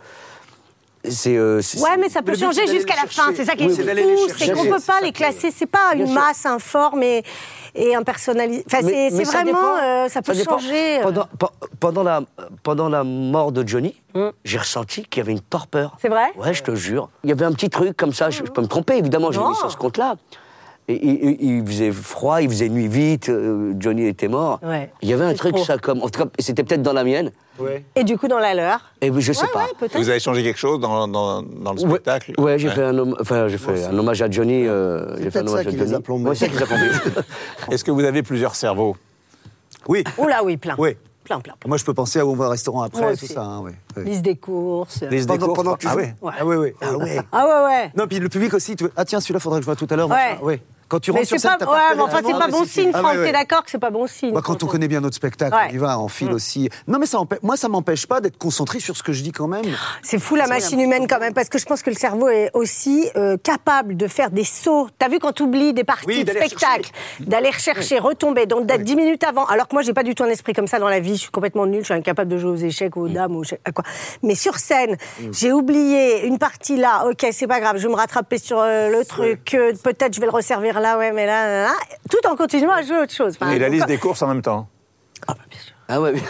[SPEAKER 6] c'est, euh, c'est-
[SPEAKER 4] Ouais, mais ça peut
[SPEAKER 5] Le but,
[SPEAKER 4] changer
[SPEAKER 5] c'est d'aller
[SPEAKER 4] jusqu'à
[SPEAKER 5] les
[SPEAKER 4] la fin.
[SPEAKER 5] chercher.
[SPEAKER 4] C'est ça qui est
[SPEAKER 5] Oui, c'est d'aller les
[SPEAKER 4] fou.
[SPEAKER 5] chercher.
[SPEAKER 4] C'est qu'on
[SPEAKER 6] C'est
[SPEAKER 4] peut
[SPEAKER 6] ça
[SPEAKER 4] pas
[SPEAKER 6] qui
[SPEAKER 4] les
[SPEAKER 6] est-
[SPEAKER 4] classer. C'est pas
[SPEAKER 6] Bien
[SPEAKER 4] une
[SPEAKER 6] sûr.
[SPEAKER 4] masse informe et, et impersonnalisée. Enfin,
[SPEAKER 6] Mais-
[SPEAKER 4] c'est
[SPEAKER 6] mais
[SPEAKER 4] c'est
[SPEAKER 6] ça
[SPEAKER 4] vraiment.
[SPEAKER 6] dépend.
[SPEAKER 4] euh, ça peut
[SPEAKER 6] dépend.
[SPEAKER 4] changer. euh.
[SPEAKER 6] Pendant, pe- pendant, la, pendant la mort de Johnny, j'ai ressenti qu'il y avait une torpeur.
[SPEAKER 4] C'est vrai
[SPEAKER 6] Ouais, je te jure. Il y avait un petit truc comme ça, je, je peux me tromper, évidemment, j'ai
[SPEAKER 4] Non.
[SPEAKER 6] mis sur ce compte-là. Et, il- il- il faisait froid, il faisait nuit vite, euh, Johnny était mort.
[SPEAKER 4] Ouais.
[SPEAKER 6] Il y avait un
[SPEAKER 4] C'est
[SPEAKER 6] truc,
[SPEAKER 4] trop.
[SPEAKER 6] ça, comme. En tout cas, c'était peut-être dans la mienne,
[SPEAKER 4] Et du coup, dans la leur.
[SPEAKER 6] et je sais
[SPEAKER 4] Ouais,
[SPEAKER 6] pas.
[SPEAKER 4] ouais, peut-être.
[SPEAKER 3] Vous avez changé quelque chose dans, dans, dans le
[SPEAKER 6] Ouais,
[SPEAKER 3] spectacle
[SPEAKER 6] ouais, j'ai fait, un, homme- enfin, j'ai fait un hommage à Johnny. euh, j'ai fait un
[SPEAKER 7] peut-être ça
[SPEAKER 6] hommage à
[SPEAKER 7] qui les a
[SPEAKER 6] Johnny.
[SPEAKER 7] plombés.
[SPEAKER 6] Ouais, c'est ça qui les a plombés.
[SPEAKER 3] Est-ce que vous avez plusieurs cerveaux
[SPEAKER 5] Oui.
[SPEAKER 4] Oh là, oui, plein.
[SPEAKER 5] Oui.
[SPEAKER 4] Plein, plein. plein.
[SPEAKER 5] Moi, je peux penser à où on va au restaurant après,
[SPEAKER 4] Moi
[SPEAKER 5] tout
[SPEAKER 4] aussi.
[SPEAKER 5] ça. Hein, oui, oui.
[SPEAKER 4] Liste des courses.
[SPEAKER 5] Les
[SPEAKER 7] Pendant-
[SPEAKER 5] décors,
[SPEAKER 7] pendant que tu
[SPEAKER 5] ah
[SPEAKER 7] joues.
[SPEAKER 5] oui.
[SPEAKER 4] Ouais.
[SPEAKER 5] Ah oui, oui. Ah ouais.
[SPEAKER 4] Ah ouais, ouais.
[SPEAKER 5] Non, puis le public aussi, tu veux- ah tiens, celui-là, faudrait que je vois tout à l'heure.
[SPEAKER 4] Ouais.
[SPEAKER 5] machin. Oui. Quand tu
[SPEAKER 4] Mais
[SPEAKER 5] rentres sur
[SPEAKER 4] c'est
[SPEAKER 5] scène,
[SPEAKER 4] pas.
[SPEAKER 5] t'as
[SPEAKER 4] Ouais,
[SPEAKER 5] pas
[SPEAKER 4] mais enfin, c'est pas bon signe,
[SPEAKER 5] Ah,
[SPEAKER 4] Franck.
[SPEAKER 5] ouais, ouais.
[SPEAKER 4] T'es d'accord que c'est pas bon signe.
[SPEAKER 5] Bah, quand on connaît bien notre spectacle,
[SPEAKER 4] Ouais.
[SPEAKER 5] on y va, on file aussi. Non, mais ça empê- moi, ça m'empêche pas d'être concentré sur ce que je dis quand même.
[SPEAKER 4] C'est fou la machine humaine quand même, parce que je pense que le cerveau est aussi euh, capable de faire des sauts. T'as vu quand tu oublies des parties
[SPEAKER 5] Oui,
[SPEAKER 4] de
[SPEAKER 5] d'aller
[SPEAKER 4] spectacle, d'aller rechercher, retomber, donc d'être dix minutes avant. Alors que moi, j'ai pas du tout un esprit comme ça dans la vie. Je suis complètement nulle, je suis incapable de jouer aux échecs ou aux dames ou je sais- à quoi. Mais sur scène, j'ai oublié une partie là. Ok, c'est pas grave, je vais me rattraper sur euh, le truc. euh, Peut-être je vais le resservir là, ouais, mais là, là, là, tout en continuant à jouer autre chose. Enfin,
[SPEAKER 3] Et la
[SPEAKER 4] donc,
[SPEAKER 3] liste des courses en même temps
[SPEAKER 4] Ah, bah, bien sûr.
[SPEAKER 6] Ah ouais.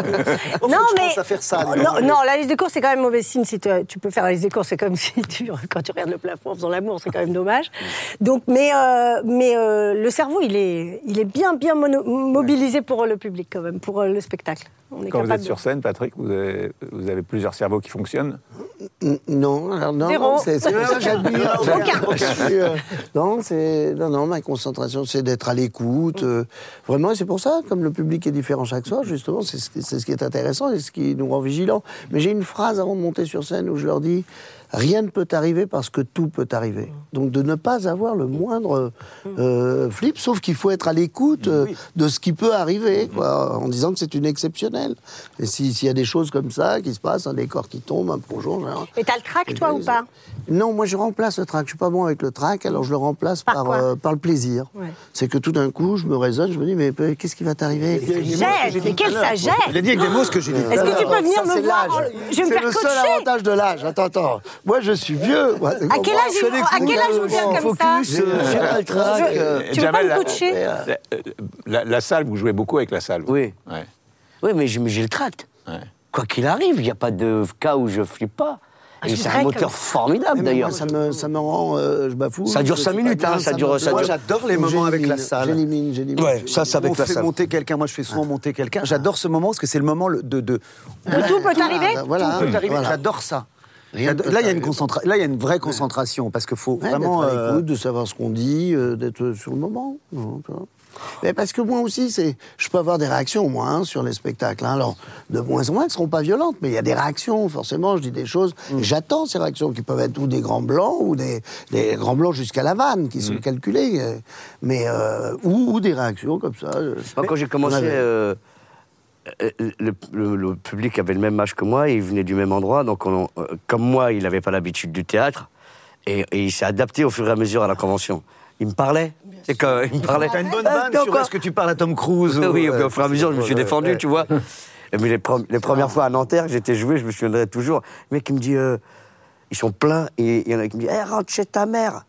[SPEAKER 5] Oh,
[SPEAKER 4] Non,
[SPEAKER 5] faut que je
[SPEAKER 4] mais
[SPEAKER 5] pense à faire ça.
[SPEAKER 4] Oh,
[SPEAKER 5] les
[SPEAKER 4] non,
[SPEAKER 5] gars.
[SPEAKER 4] non, la liste de courses c'est quand même mauvais signe. Si tu, tu peux faire la liste de courses, c'est comme si tu quand tu regardes le plafond en faisant l'amour, c'est quand même dommage. Donc, mais euh, mais euh, le cerveau, il est il est bien bien mono- mobilisé pour le public quand même, pour euh, le spectacle. On est
[SPEAKER 3] Quand vous
[SPEAKER 4] capable
[SPEAKER 3] êtes
[SPEAKER 4] de-
[SPEAKER 3] sur scène, Patrick, vous avez, vous avez plusieurs cerveaux qui fonctionnent.
[SPEAKER 7] N- Non, alors non,
[SPEAKER 4] Zéro.
[SPEAKER 7] non, c'est c'est pour ça que j'admire.
[SPEAKER 4] Aucun.
[SPEAKER 7] j'admire- je suis, euh, non, c'est non, non, ma concentration, c'est d'être à l'écoute. euh, vraiment, et c'est pour ça, comme le public est différent chaque soir, justement, c'est ce, qui- c'est ce qui est intéressant et ce qui nous rend vigilants. Mais j'ai une phrase avant de monter sur scène où je leur dis. Rien ne peut arriver parce que tout peut arriver. Donc de ne pas avoir le moindre euh, flip, sauf qu'il faut être à l'écoute euh, de ce qui peut arriver, quoi, en disant que c'est une exceptionnelle. Et si- s'il y a des choses comme ça qui se passent, un décor qui tombe, un plongeon... genre,
[SPEAKER 4] Et t'as le trac, toi, ou pas?
[SPEAKER 7] Non, moi je remplace le trac. Je suis pas bon avec le trac, alors je le remplace
[SPEAKER 4] Par
[SPEAKER 7] par,
[SPEAKER 4] quoi
[SPEAKER 7] euh, par le plaisir.
[SPEAKER 4] Ouais.
[SPEAKER 7] C'est que tout d'un coup, je me raisonne, je me dis, mais euh, qu'est-ce qui va t'arriver?
[SPEAKER 4] Sagesse, mais quelle sagesse!
[SPEAKER 5] Il a dit avec des mots ce que j'ai dit.
[SPEAKER 4] Est-ce que tu peux venir
[SPEAKER 7] Ça,
[SPEAKER 4] me
[SPEAKER 7] c'est
[SPEAKER 4] voir
[SPEAKER 7] l'âge.
[SPEAKER 4] en- Je vais me
[SPEAKER 7] C'est
[SPEAKER 4] faire
[SPEAKER 7] le seul
[SPEAKER 4] coacher.
[SPEAKER 7] avantage de l'âge. Attends, attends. Moi, je suis vieux. Moi,
[SPEAKER 4] À quel âge,
[SPEAKER 7] je
[SPEAKER 4] il- à quel âge on vient comme ça?
[SPEAKER 7] Focus, euh, j'ai pas le trac,
[SPEAKER 4] Je-
[SPEAKER 7] euh,
[SPEAKER 4] Tu veux pas
[SPEAKER 3] Jamel,
[SPEAKER 4] me
[SPEAKER 3] la-
[SPEAKER 4] coacher?
[SPEAKER 3] La, la- la salle, vous jouez beaucoup avec la salle. vous.
[SPEAKER 6] Oui.
[SPEAKER 3] Ouais.
[SPEAKER 6] Oui, mais j'ai mais j'ai le tract.
[SPEAKER 3] Ouais.
[SPEAKER 6] Quoi qu'il arrive, il n'y a pas de cas où je flippe pas.
[SPEAKER 4] Ah,
[SPEAKER 6] Et
[SPEAKER 4] je
[SPEAKER 6] c'est
[SPEAKER 4] voudrais
[SPEAKER 6] un moteur
[SPEAKER 4] que-
[SPEAKER 6] formidable,
[SPEAKER 7] mais
[SPEAKER 6] d'ailleurs.
[SPEAKER 7] moi, ça me, ça me rend, euh, je bafoue.
[SPEAKER 6] Ça dure
[SPEAKER 7] je
[SPEAKER 6] cinq
[SPEAKER 7] sais pas
[SPEAKER 6] minutes,
[SPEAKER 7] bien,
[SPEAKER 6] hein, ça
[SPEAKER 7] me-
[SPEAKER 6] dure- ça
[SPEAKER 5] Moi,
[SPEAKER 6] dure-
[SPEAKER 5] j'adore les moments avec la
[SPEAKER 7] J'élimine,
[SPEAKER 5] salle.
[SPEAKER 7] J'élimine, j'élimine.
[SPEAKER 6] Ouais, ça, c'est avec
[SPEAKER 5] on
[SPEAKER 6] la
[SPEAKER 5] fait
[SPEAKER 6] salle.
[SPEAKER 5] monter quelqu'un, moi je fais souvent monter quelqu'un. J'adore ce moment parce que c'est le moment le- de. de...
[SPEAKER 4] De tout peut arriver?
[SPEAKER 7] bah, voilà,
[SPEAKER 5] Tout peut arriver,
[SPEAKER 7] voilà.
[SPEAKER 5] J'adore ça.
[SPEAKER 7] Rien
[SPEAKER 5] J'adore-
[SPEAKER 7] peut
[SPEAKER 5] Là, il y a une
[SPEAKER 7] arriver.
[SPEAKER 5] concentra- Là, il y a une vraie concentration parce qu'il faut
[SPEAKER 7] Ouais,
[SPEAKER 5] vraiment.
[SPEAKER 7] d'être à
[SPEAKER 5] euh,
[SPEAKER 7] l'écoute, de savoir ce qu'on dit, euh, d'être sur le moment. Non, tu vois. Mais parce que moi aussi, c'est, je peux avoir des réactions, moi, hein, sur les spectacles. hein. Alors, de moins en moins, elles ne seront pas violentes, mais il y a des réactions, forcément. Je dis des choses, et j'attends ces réactions qui peuvent être ou des grands blancs, ou des, des grands blancs jusqu'à la vanne, qui sont calculés, euh, mais, euh, ou, ou des réactions comme ça. euh.
[SPEAKER 6] Moi, quand j'ai commencé,
[SPEAKER 7] on avait-
[SPEAKER 6] euh, euh, le, le- le public avait le même âge que moi, il venait du même endroit, donc on- euh, comme moi, il n'avait pas l'habitude du théâtre, et, et il s'est adapté au fur et à mesure à la convention. Il me parlait. C'est que, il me parlait.
[SPEAKER 5] T'as une bonne
[SPEAKER 6] Ah,
[SPEAKER 5] vanne
[SPEAKER 6] donc,
[SPEAKER 5] sur
[SPEAKER 6] quoi.
[SPEAKER 5] est-ce que tu parles à Tom Cruise ou,
[SPEAKER 6] Oui,
[SPEAKER 5] euh,
[SPEAKER 6] au fur et à mesure, je me suis
[SPEAKER 5] ouais,
[SPEAKER 6] défendu,
[SPEAKER 5] ouais.
[SPEAKER 6] tu vois. Mais les, pre- les premières fois à Nanterre, j'étais joué, je me souviendrai toujours. Le mec qui me dit, euh, ils sont pleins, et il y en a qui me dit, hey, rentre chez ta mère.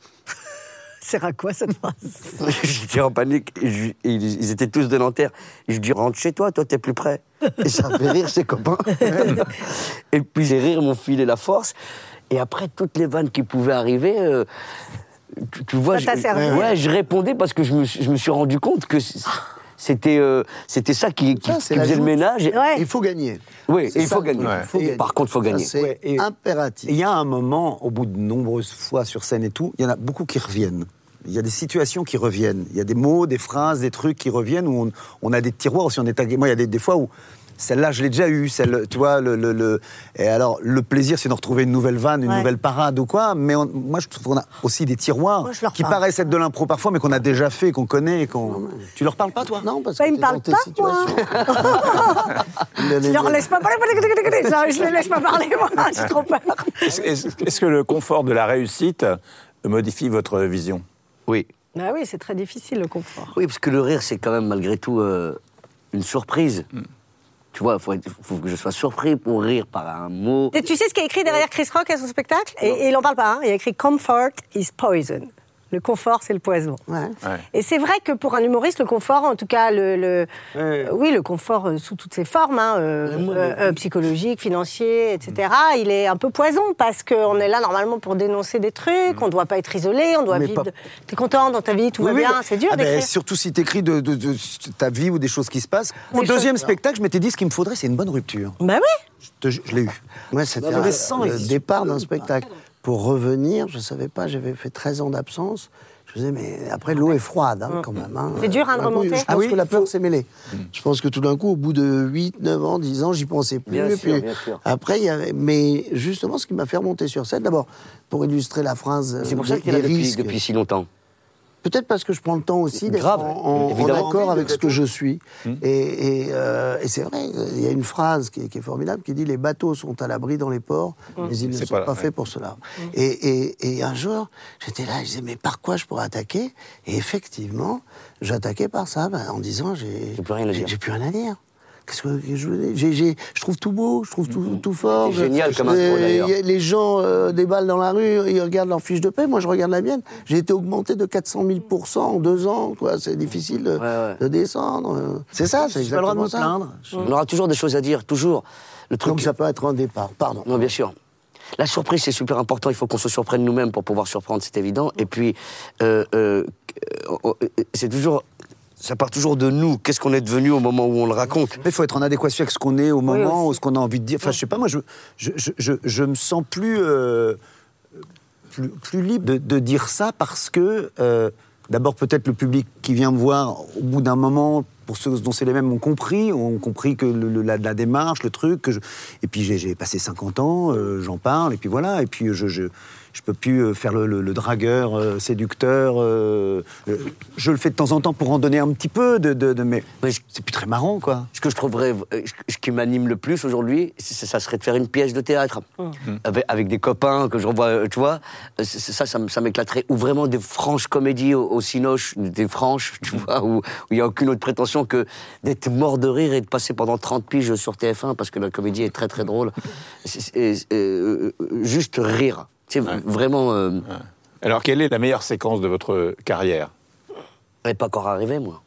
[SPEAKER 4] C'est à quoi cette phrase?
[SPEAKER 6] J'étais en panique, et, je- et ils, ils étaient tous de Nanterre. Et je dis, rentre chez toi, toi, t'es plus près. Et ça fait rire ses copains. Et puis j'ai rire mon fil et la force. Et après, toutes les vannes qui pouvaient arriver, euh, tu, tu vois,
[SPEAKER 4] Ça t'a
[SPEAKER 6] je,
[SPEAKER 4] servi.
[SPEAKER 6] ouais, je répondais parce que je me, suis- je me suis rendu compte que c- c'était euh, c'était ça qui, qui,
[SPEAKER 7] Ça, c'est
[SPEAKER 6] qui
[SPEAKER 7] la
[SPEAKER 6] faisait le
[SPEAKER 7] joute.
[SPEAKER 6] ménage. Et-
[SPEAKER 4] Ouais.
[SPEAKER 7] Il faut gagner.
[SPEAKER 6] Oui,
[SPEAKER 7] C'est
[SPEAKER 6] et il
[SPEAKER 7] ça
[SPEAKER 6] faut
[SPEAKER 7] le
[SPEAKER 6] gagner.
[SPEAKER 7] truc,
[SPEAKER 5] Ouais.
[SPEAKER 7] il faut
[SPEAKER 6] Et
[SPEAKER 7] gagner.
[SPEAKER 6] par contre, il faut
[SPEAKER 7] Ça,
[SPEAKER 6] gagner.
[SPEAKER 7] c'est
[SPEAKER 5] Ouais, et-
[SPEAKER 7] impératif.
[SPEAKER 5] Il y a un moment, au bout de nombreuses fois sur scène et tout, il y en a beaucoup qui reviennent. Il y a des situations qui reviennent. Il y a des mots, des phrases, des trucs qui reviennent où on, on a des tiroirs aussi. On est tagué. Moi, il y a des, des fois où celle-là, je l'ai déjà eue. Celle, tu vois, le, le, le- Et alors, le plaisir, c'est de retrouver une nouvelle vanne, une
[SPEAKER 4] Ouais.
[SPEAKER 5] nouvelle parade ou quoi. Mais on- moi, je trouve qu'on a aussi des tiroirs
[SPEAKER 4] Moi, je leur
[SPEAKER 5] qui
[SPEAKER 4] parle.
[SPEAKER 5] paraissent être de l'impro parfois, mais qu'on a déjà fait, qu'on connaît. et Qu'on... Tu leur parles pas, toi?
[SPEAKER 7] Non, parce
[SPEAKER 4] Bah,
[SPEAKER 7] que
[SPEAKER 4] il me
[SPEAKER 7] t'es
[SPEAKER 4] parle
[SPEAKER 7] dans tes
[SPEAKER 4] pas, moi.
[SPEAKER 7] situations.
[SPEAKER 4] Je leur laisse pas parler. Je les laisse pas parler, moi. J'ai trop peur.
[SPEAKER 3] Est-ce, est-ce- est-ce que le confort de la réussite modifie votre vision?
[SPEAKER 6] Oui.
[SPEAKER 4] Bah oui, c'est très difficile, le confort.
[SPEAKER 6] Oui, parce que le rire, c'est quand même malgré tout euh, une surprise. Tu vois, il faut, être- faut que je sois surpris pour rire par un mot.
[SPEAKER 4] Et tu sais ce qu'il y a écrit derrière Chris Rock à son spectacle? Et, et il n'en parle pas, hein. Il y a écrit « Comfort is poison ». Le confort, c'est le poison.
[SPEAKER 7] Ouais.
[SPEAKER 3] Ouais.
[SPEAKER 4] Et c'est vrai que pour un humoriste, le confort, en tout cas, le, le
[SPEAKER 5] Ouais.
[SPEAKER 4] euh, oui, le confort euh, sous toutes ses formes, hein, euh, euh, euh, psychologique, financier, et cetera, il est un peu poison parce qu'on est là normalement pour dénoncer des trucs, on ne doit pas être isolé, on doit
[SPEAKER 5] Mais
[SPEAKER 4] vivre.
[SPEAKER 5] pas-
[SPEAKER 4] De... T'es content dans ta vie, tout
[SPEAKER 5] Oui,
[SPEAKER 4] va
[SPEAKER 5] oui.
[SPEAKER 4] bien, c'est dur
[SPEAKER 5] Ah ben,
[SPEAKER 4] d'écrire.
[SPEAKER 5] surtout si t'écris de, de, de, de ta vie ou des choses qui se passent. Au
[SPEAKER 4] Des
[SPEAKER 5] deuxième
[SPEAKER 4] choses-
[SPEAKER 5] spectacle, je m'étais dit ce qu'il me faudrait, c'est une bonne rupture.
[SPEAKER 4] Bah oui.
[SPEAKER 5] Je, te ju- je l'ai eu.
[SPEAKER 7] Moi, c'était
[SPEAKER 5] Non, mais
[SPEAKER 7] un-
[SPEAKER 5] sans
[SPEAKER 7] le
[SPEAKER 5] les-
[SPEAKER 7] départ d'un spectacle. Pour revenir, je ne savais pas, j'avais fait treize ans d'absence. Je me disais, mais après, l'eau est froide, hein, quand même. hein.
[SPEAKER 4] C'est dur, hein, de
[SPEAKER 7] Tout d'un coup,
[SPEAKER 4] remonter.
[SPEAKER 7] Je pense
[SPEAKER 5] Ah oui,
[SPEAKER 7] que la
[SPEAKER 5] il
[SPEAKER 7] peur
[SPEAKER 5] faut-
[SPEAKER 7] s'est mêlée. Je pense que tout d'un coup, au bout de huit, neuf ans, dix ans, j'y pensais plus.
[SPEAKER 6] Bien
[SPEAKER 7] et
[SPEAKER 6] sûr,
[SPEAKER 7] puis,
[SPEAKER 6] bien sûr.
[SPEAKER 7] Après, il y avait... Mais justement, ce qui m'a fait remonter sur scène, d'abord, pour illustrer la phrase... euh,
[SPEAKER 6] C'est pour ça
[SPEAKER 7] des-
[SPEAKER 6] qu'il est là
[SPEAKER 7] des
[SPEAKER 6] depuis,
[SPEAKER 7] risques.
[SPEAKER 6] depuis si longtemps.
[SPEAKER 7] Peut-être parce que je prends le temps aussi d'être
[SPEAKER 6] Grave,
[SPEAKER 7] en, en- en
[SPEAKER 6] évidemment.
[SPEAKER 7] accord avec ce que je suis. Et, et, euh, et c'est vrai, il y a une phrase qui est, qui est formidable qui dit « Les bateaux sont à l'abri dans les ports, mais ils ne
[SPEAKER 3] C'est
[SPEAKER 7] sont
[SPEAKER 3] pas
[SPEAKER 7] pas,
[SPEAKER 3] là,
[SPEAKER 7] faits
[SPEAKER 3] ouais.
[SPEAKER 7] pour cela. Et, et, et un jour, j'étais là, je disais « Mais par quoi je pourrais attaquer ?» Et effectivement, j'attaquais par ça, ben, en disant « J'ai
[SPEAKER 6] J'ai plus rien à dire.
[SPEAKER 7] J'ai plus rien à dire. » Qu'est-ce que je veux dire j'ai, j'ai, Je trouve tout beau, je trouve tout, tout fort.
[SPEAKER 6] C'est génial comme intro,
[SPEAKER 7] Euh,
[SPEAKER 6] d'ailleurs.
[SPEAKER 7] y a- Les gens euh, déballent dans la rue, ils regardent leur fiche de paie, moi je regarde la mienne. J'ai été augmenté de quatre cent mille pour cent en deux ans, quoi. C'est difficile de,
[SPEAKER 6] Ouais, ouais.
[SPEAKER 7] de descendre. C'est ça, c'est
[SPEAKER 5] J'ai pas le droit de
[SPEAKER 7] exactement
[SPEAKER 5] me
[SPEAKER 7] ça.
[SPEAKER 5] plaindre.
[SPEAKER 6] On aura toujours des choses à dire, toujours. Le truc.
[SPEAKER 7] Donc ça peut être un départ, pardon.
[SPEAKER 6] Non, bien sûr. La surprise, c'est super important. Il faut qu'on se surprenne nous-mêmes pour pouvoir surprendre, c'est évident. Et puis, euh, euh, euh, c'est toujours... Ça part toujours de nous. Qu'est-ce qu'on est devenu au moment où on le raconte?
[SPEAKER 5] Mais il faut être en adéquation avec ce qu'on est au moment,
[SPEAKER 4] aussi.
[SPEAKER 5] ou ce qu'on a envie de dire. Enfin, je sais pas, moi, je, je, je, je, je me sens plus, euh, plus, plus libre de, de dire ça parce que, euh, d'abord, peut-être le public qui vient me voir, au bout d'un moment, pour ceux dont c'est les mêmes, ont compris, ont compris que le, le- la, la démarche, le truc. Que je... Et puis, j'ai, j'ai passé cinquante ans, euh, j'en parle, et puis voilà. Et puis, je... je Je peux plus faire le, le, le dragueur, euh, séducteur. Euh, euh, je le fais de temps en temps pour en donner un petit peu, de, de, de mais
[SPEAKER 6] Mais je-
[SPEAKER 5] c'est plus très marrant, quoi.
[SPEAKER 6] Ce que je trouverais, euh, ce qui m'anime le plus aujourd'hui, c'est- ça serait de faire une pièce de théâtre avec, avec des copains que je revois, euh, tu vois. Euh, c'est- Ça, ça, m- ça m'éclaterait. Ou vraiment des franches comédies au, au Cinoche, des franches, tu vois, où il n'y a aucune autre prétention que d'être mort de rire et de passer pendant trente piges sur T F un parce que la comédie est très très drôle. C'est- c'est- euh, euh, juste rire. C'est vraiment. Euh,
[SPEAKER 3] Alors, quelle est la meilleure séquence de votre carrière?
[SPEAKER 6] elle n'est pas encore arrivé, moi.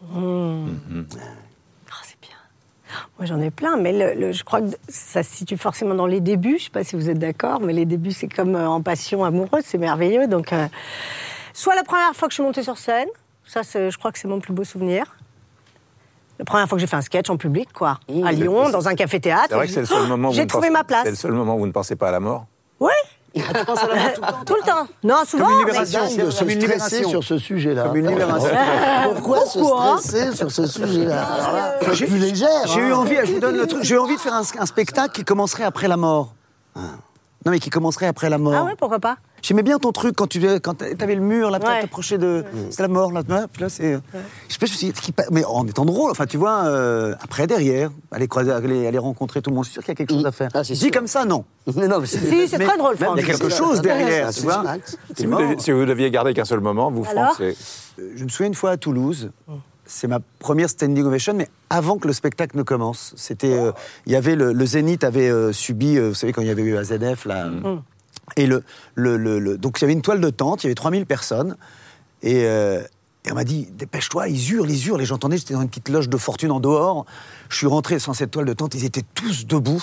[SPEAKER 4] Ah, c'est bien. Moi, j'en ai plein, mais le- le- je crois que ça se situe forcément dans les débuts. Je ne sais pas si vous êtes d'accord, mais les débuts, c'est comme euh, en passion amoureuse, c'est merveilleux. Donc, euh, soit la première fois que je suis montée sur scène, ça, c'est- je crois que c'est mon plus beau souvenir. La première fois que j'ai fait un sketch en public, quoi,
[SPEAKER 6] Mmh,
[SPEAKER 4] à Lyon, dans un café-théâtre.
[SPEAKER 3] C'est vrai que c'est le seul moment où vous
[SPEAKER 4] J'ai
[SPEAKER 3] ne
[SPEAKER 4] trouvé
[SPEAKER 3] pensez-
[SPEAKER 4] ma place.
[SPEAKER 3] C'est le seul moment où vous ne pensez pas à la mort.
[SPEAKER 4] Oui.
[SPEAKER 5] Tu penses à la mort tout le temps?
[SPEAKER 4] Tout le temps. Non, souvent.
[SPEAKER 5] Comme une
[SPEAKER 4] mais-
[SPEAKER 5] libération.
[SPEAKER 7] Dingue de se
[SPEAKER 5] Comme une
[SPEAKER 7] stresser
[SPEAKER 5] libération.
[SPEAKER 7] sur ce sujet-là.
[SPEAKER 5] Comme une libération.
[SPEAKER 7] Pourquoi,
[SPEAKER 4] Pourquoi
[SPEAKER 7] se stresser sur ce sujet-là Alors là, faut être
[SPEAKER 5] J'ai-
[SPEAKER 7] plus légère.
[SPEAKER 5] J'ai eu
[SPEAKER 7] hein.
[SPEAKER 5] envie, je vous donne le truc, j'ai eu envie de faire un, un spectacle qui commencerait après la mort. Non, mais qui commencerait après la mort.
[SPEAKER 4] Ah ouais, pourquoi pas?
[SPEAKER 5] J'aimais bien ton truc quand tu quand t'avais le mur, là,
[SPEAKER 4] Ouais.
[SPEAKER 5] t'approchais de. C'était la mort, là. là, Puis là, c'est. Je sais pas, je me suis dit, qui pa- mais en étant drôle, enfin, tu vois, euh, après, derrière, aller, croiser, aller, aller rencontrer tout le monde, je suis sûr qu'il y a quelque chose à faire.
[SPEAKER 6] Ah, c'est
[SPEAKER 5] Dit
[SPEAKER 6] sûr.
[SPEAKER 5] comme ça, non.
[SPEAKER 6] Mais non, mais c'est-
[SPEAKER 4] Si, c'est
[SPEAKER 5] Mais-
[SPEAKER 4] très drôle,
[SPEAKER 5] mais
[SPEAKER 4] Franck.
[SPEAKER 5] il y a quelque chose derrière, tu vois.
[SPEAKER 3] Si vous, deviez, si vous deviez garder qu'un seul moment, vous, Franck,
[SPEAKER 4] Alors
[SPEAKER 3] c'est...
[SPEAKER 5] Euh, Je me souviens une fois à Toulouse, c'est ma première standing ovation, mais avant que le spectacle ne commence. C'était, euh, il y avait le, le Zénith avait euh, subi, euh, vous savez quand il y avait eu A Z F là, et le, le, le, le- donc il y avait une toile de tente, il y avait trois mille personnes, et, euh, et on m'a dit dépêche-toi, ils hurlent, ils hurlent, et j'entendais, j'étais dans une petite loge de fortune en dehors, je suis rentré sans cette toile de tente, ils étaient tous debout.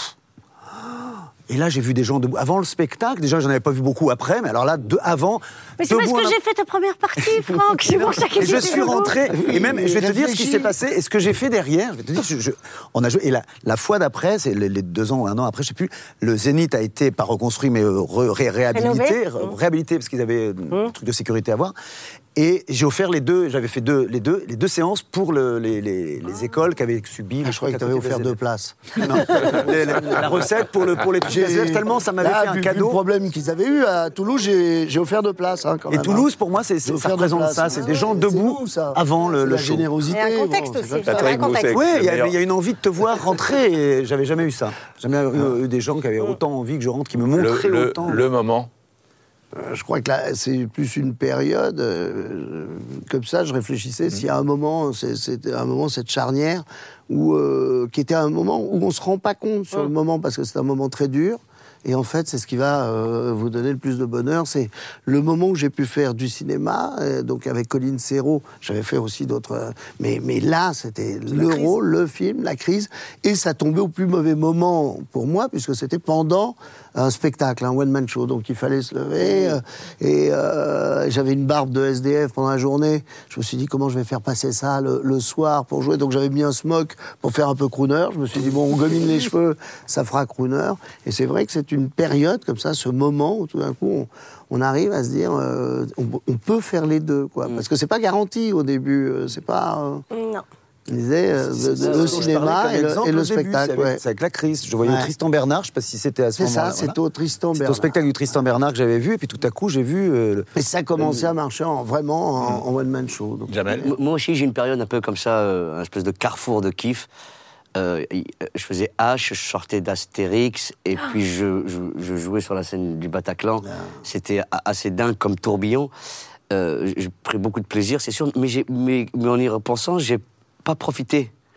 [SPEAKER 5] Et là, j'ai vu des gens debout. Avant le spectacle, déjà, j'en avais pas vu beaucoup après, mais alors là, de, avant.
[SPEAKER 4] Mais c'est parce
[SPEAKER 5] debout
[SPEAKER 4] que
[SPEAKER 5] en-
[SPEAKER 4] j'ai fait ta première partie, Franck. C'est pour ça que
[SPEAKER 5] et je suis rentré, et même, je vais te dire ce qui
[SPEAKER 7] Réfléchis.
[SPEAKER 5] s'est passé, et ce que j'ai fait derrière, je vais te dire, je- je- on a joué, et la, la fois d'après, c'est les, les deux ans ou un an après, je sais plus, le Zénith a été, pas reconstruit, mais euh, re- ré- réhabilité,
[SPEAKER 4] Rénové.
[SPEAKER 5] ré- réhabilité, parce qu'ils avaient euh, un truc de sécurité à voir. Et j'ai offert les deux, j'avais fait deux, les deux, les deux séances pour le- les, les, les écoles qui avaient subi.
[SPEAKER 7] Ah, je croyais que tu avais offert deux places.
[SPEAKER 5] Non, les- les- la recette pour, le, pour les trucs S F, tellement ça m'avait
[SPEAKER 7] Là,
[SPEAKER 5] fait un
[SPEAKER 7] vu- vu
[SPEAKER 5] cadeau.
[SPEAKER 7] le problème qu'ils avaient eu à Toulouse, j'ai j'ai offert deux places. Hein, quand
[SPEAKER 5] Et
[SPEAKER 7] même,
[SPEAKER 5] Toulouse,
[SPEAKER 7] hein.
[SPEAKER 5] pour moi, c'est,
[SPEAKER 7] J'ai
[SPEAKER 5] c'est- ça
[SPEAKER 7] offert deux
[SPEAKER 5] représente
[SPEAKER 7] places.
[SPEAKER 5] ça. C'est
[SPEAKER 7] Ah
[SPEAKER 5] des gens
[SPEAKER 7] ouais,
[SPEAKER 5] debout
[SPEAKER 7] c'est nous, ça.
[SPEAKER 5] avant le,
[SPEAKER 7] C'est
[SPEAKER 5] le
[SPEAKER 7] la
[SPEAKER 5] show.
[SPEAKER 7] générosité.
[SPEAKER 4] Il y a un contexte
[SPEAKER 7] bon,
[SPEAKER 4] aussi.
[SPEAKER 7] c'est comme
[SPEAKER 4] Il y a
[SPEAKER 7] ça.
[SPEAKER 3] Patrick
[SPEAKER 4] un contexte.
[SPEAKER 3] Bousset.
[SPEAKER 5] Oui, il y, a-
[SPEAKER 3] meilleur.
[SPEAKER 5] il y a une envie de te voir rentrer, et j'avais jamais eu ça. Jamais eu, eu des gens qui avaient autant envie que je rentre, qui me
[SPEAKER 3] Le,
[SPEAKER 5] montraient
[SPEAKER 3] le-
[SPEAKER 5] autant.
[SPEAKER 3] le moment.
[SPEAKER 7] Euh, Je crois que là, c'est plus une période. euh, comme ça, je réfléchissais s'il y a un moment, c'est- c'était un moment, cette charnière, où, euh, qui était un moment où on se rend pas compte sur le moment, parce que c'est un moment très dur. Et en fait, c'est ce qui va euh, vous donner le plus de bonheur. C'est le moment où j'ai pu faire du cinéma, euh, donc avec Colline Serrault. J'avais fait aussi d'autres... euh, mais, mais là, c'était le rôle, le film, la crise. Et ça tombait au plus mauvais moment pour moi, puisque c'était pendant un spectacle, un one-man show. Donc il fallait se lever. euh, et euh, j'avais une barbe de S D F pendant la journée. Je me suis dit, comment je vais faire passer ça le, le soir pour jouer. Donc j'avais mis un smock pour faire un peu crooner. Je me suis dit, bon, on gomine les cheveux, ça fera crooner. Et c'est vrai que c'est une période comme ça, ce moment où tout d'un coup, on, on arrive à se dire, euh, on, on peut faire les deux, quoi. Parce que c'est pas garanti au début. euh, C'est pas... euh,
[SPEAKER 4] Non.
[SPEAKER 7] on disait, euh, de- de-
[SPEAKER 5] C'est
[SPEAKER 7] le
[SPEAKER 5] ce dont je
[SPEAKER 7] cinéma
[SPEAKER 5] parlais
[SPEAKER 7] et
[SPEAKER 5] comme
[SPEAKER 7] le,
[SPEAKER 5] exemple
[SPEAKER 7] et le
[SPEAKER 5] au début,
[SPEAKER 7] spectacle.
[SPEAKER 5] C'est avec,
[SPEAKER 7] ouais.
[SPEAKER 5] c'est avec la crise. Je voyais
[SPEAKER 7] Ouais.
[SPEAKER 5] Tristan Bernard, je sais pas si c'était à ce
[SPEAKER 7] C'est
[SPEAKER 5] moment-là.
[SPEAKER 7] ça, c'est
[SPEAKER 5] voilà.
[SPEAKER 7] au Tristan
[SPEAKER 5] C'était
[SPEAKER 7] Bernard.
[SPEAKER 5] au spectacle du Tristan Bernard que j'avais vu, et puis tout à coup, j'ai vu. euh, le-
[SPEAKER 7] Et ça a commencé à marcher en, vraiment en, en one-man show. Donc.
[SPEAKER 3] Jamel.
[SPEAKER 6] M- Moi aussi, j'ai une période un peu comme ça, euh, un espèce de carrefour de kiff. Euh, y- euh, je faisais H, je sortais d'Astérix, et puis je, je, je jouais sur la scène du Bataclan. C'était a- assez dingue comme tourbillon. Euh, j'ai pris beaucoup de plaisir, c'est sûr, mais, j'ai, mais, mais en y repensant, j'ai pas profité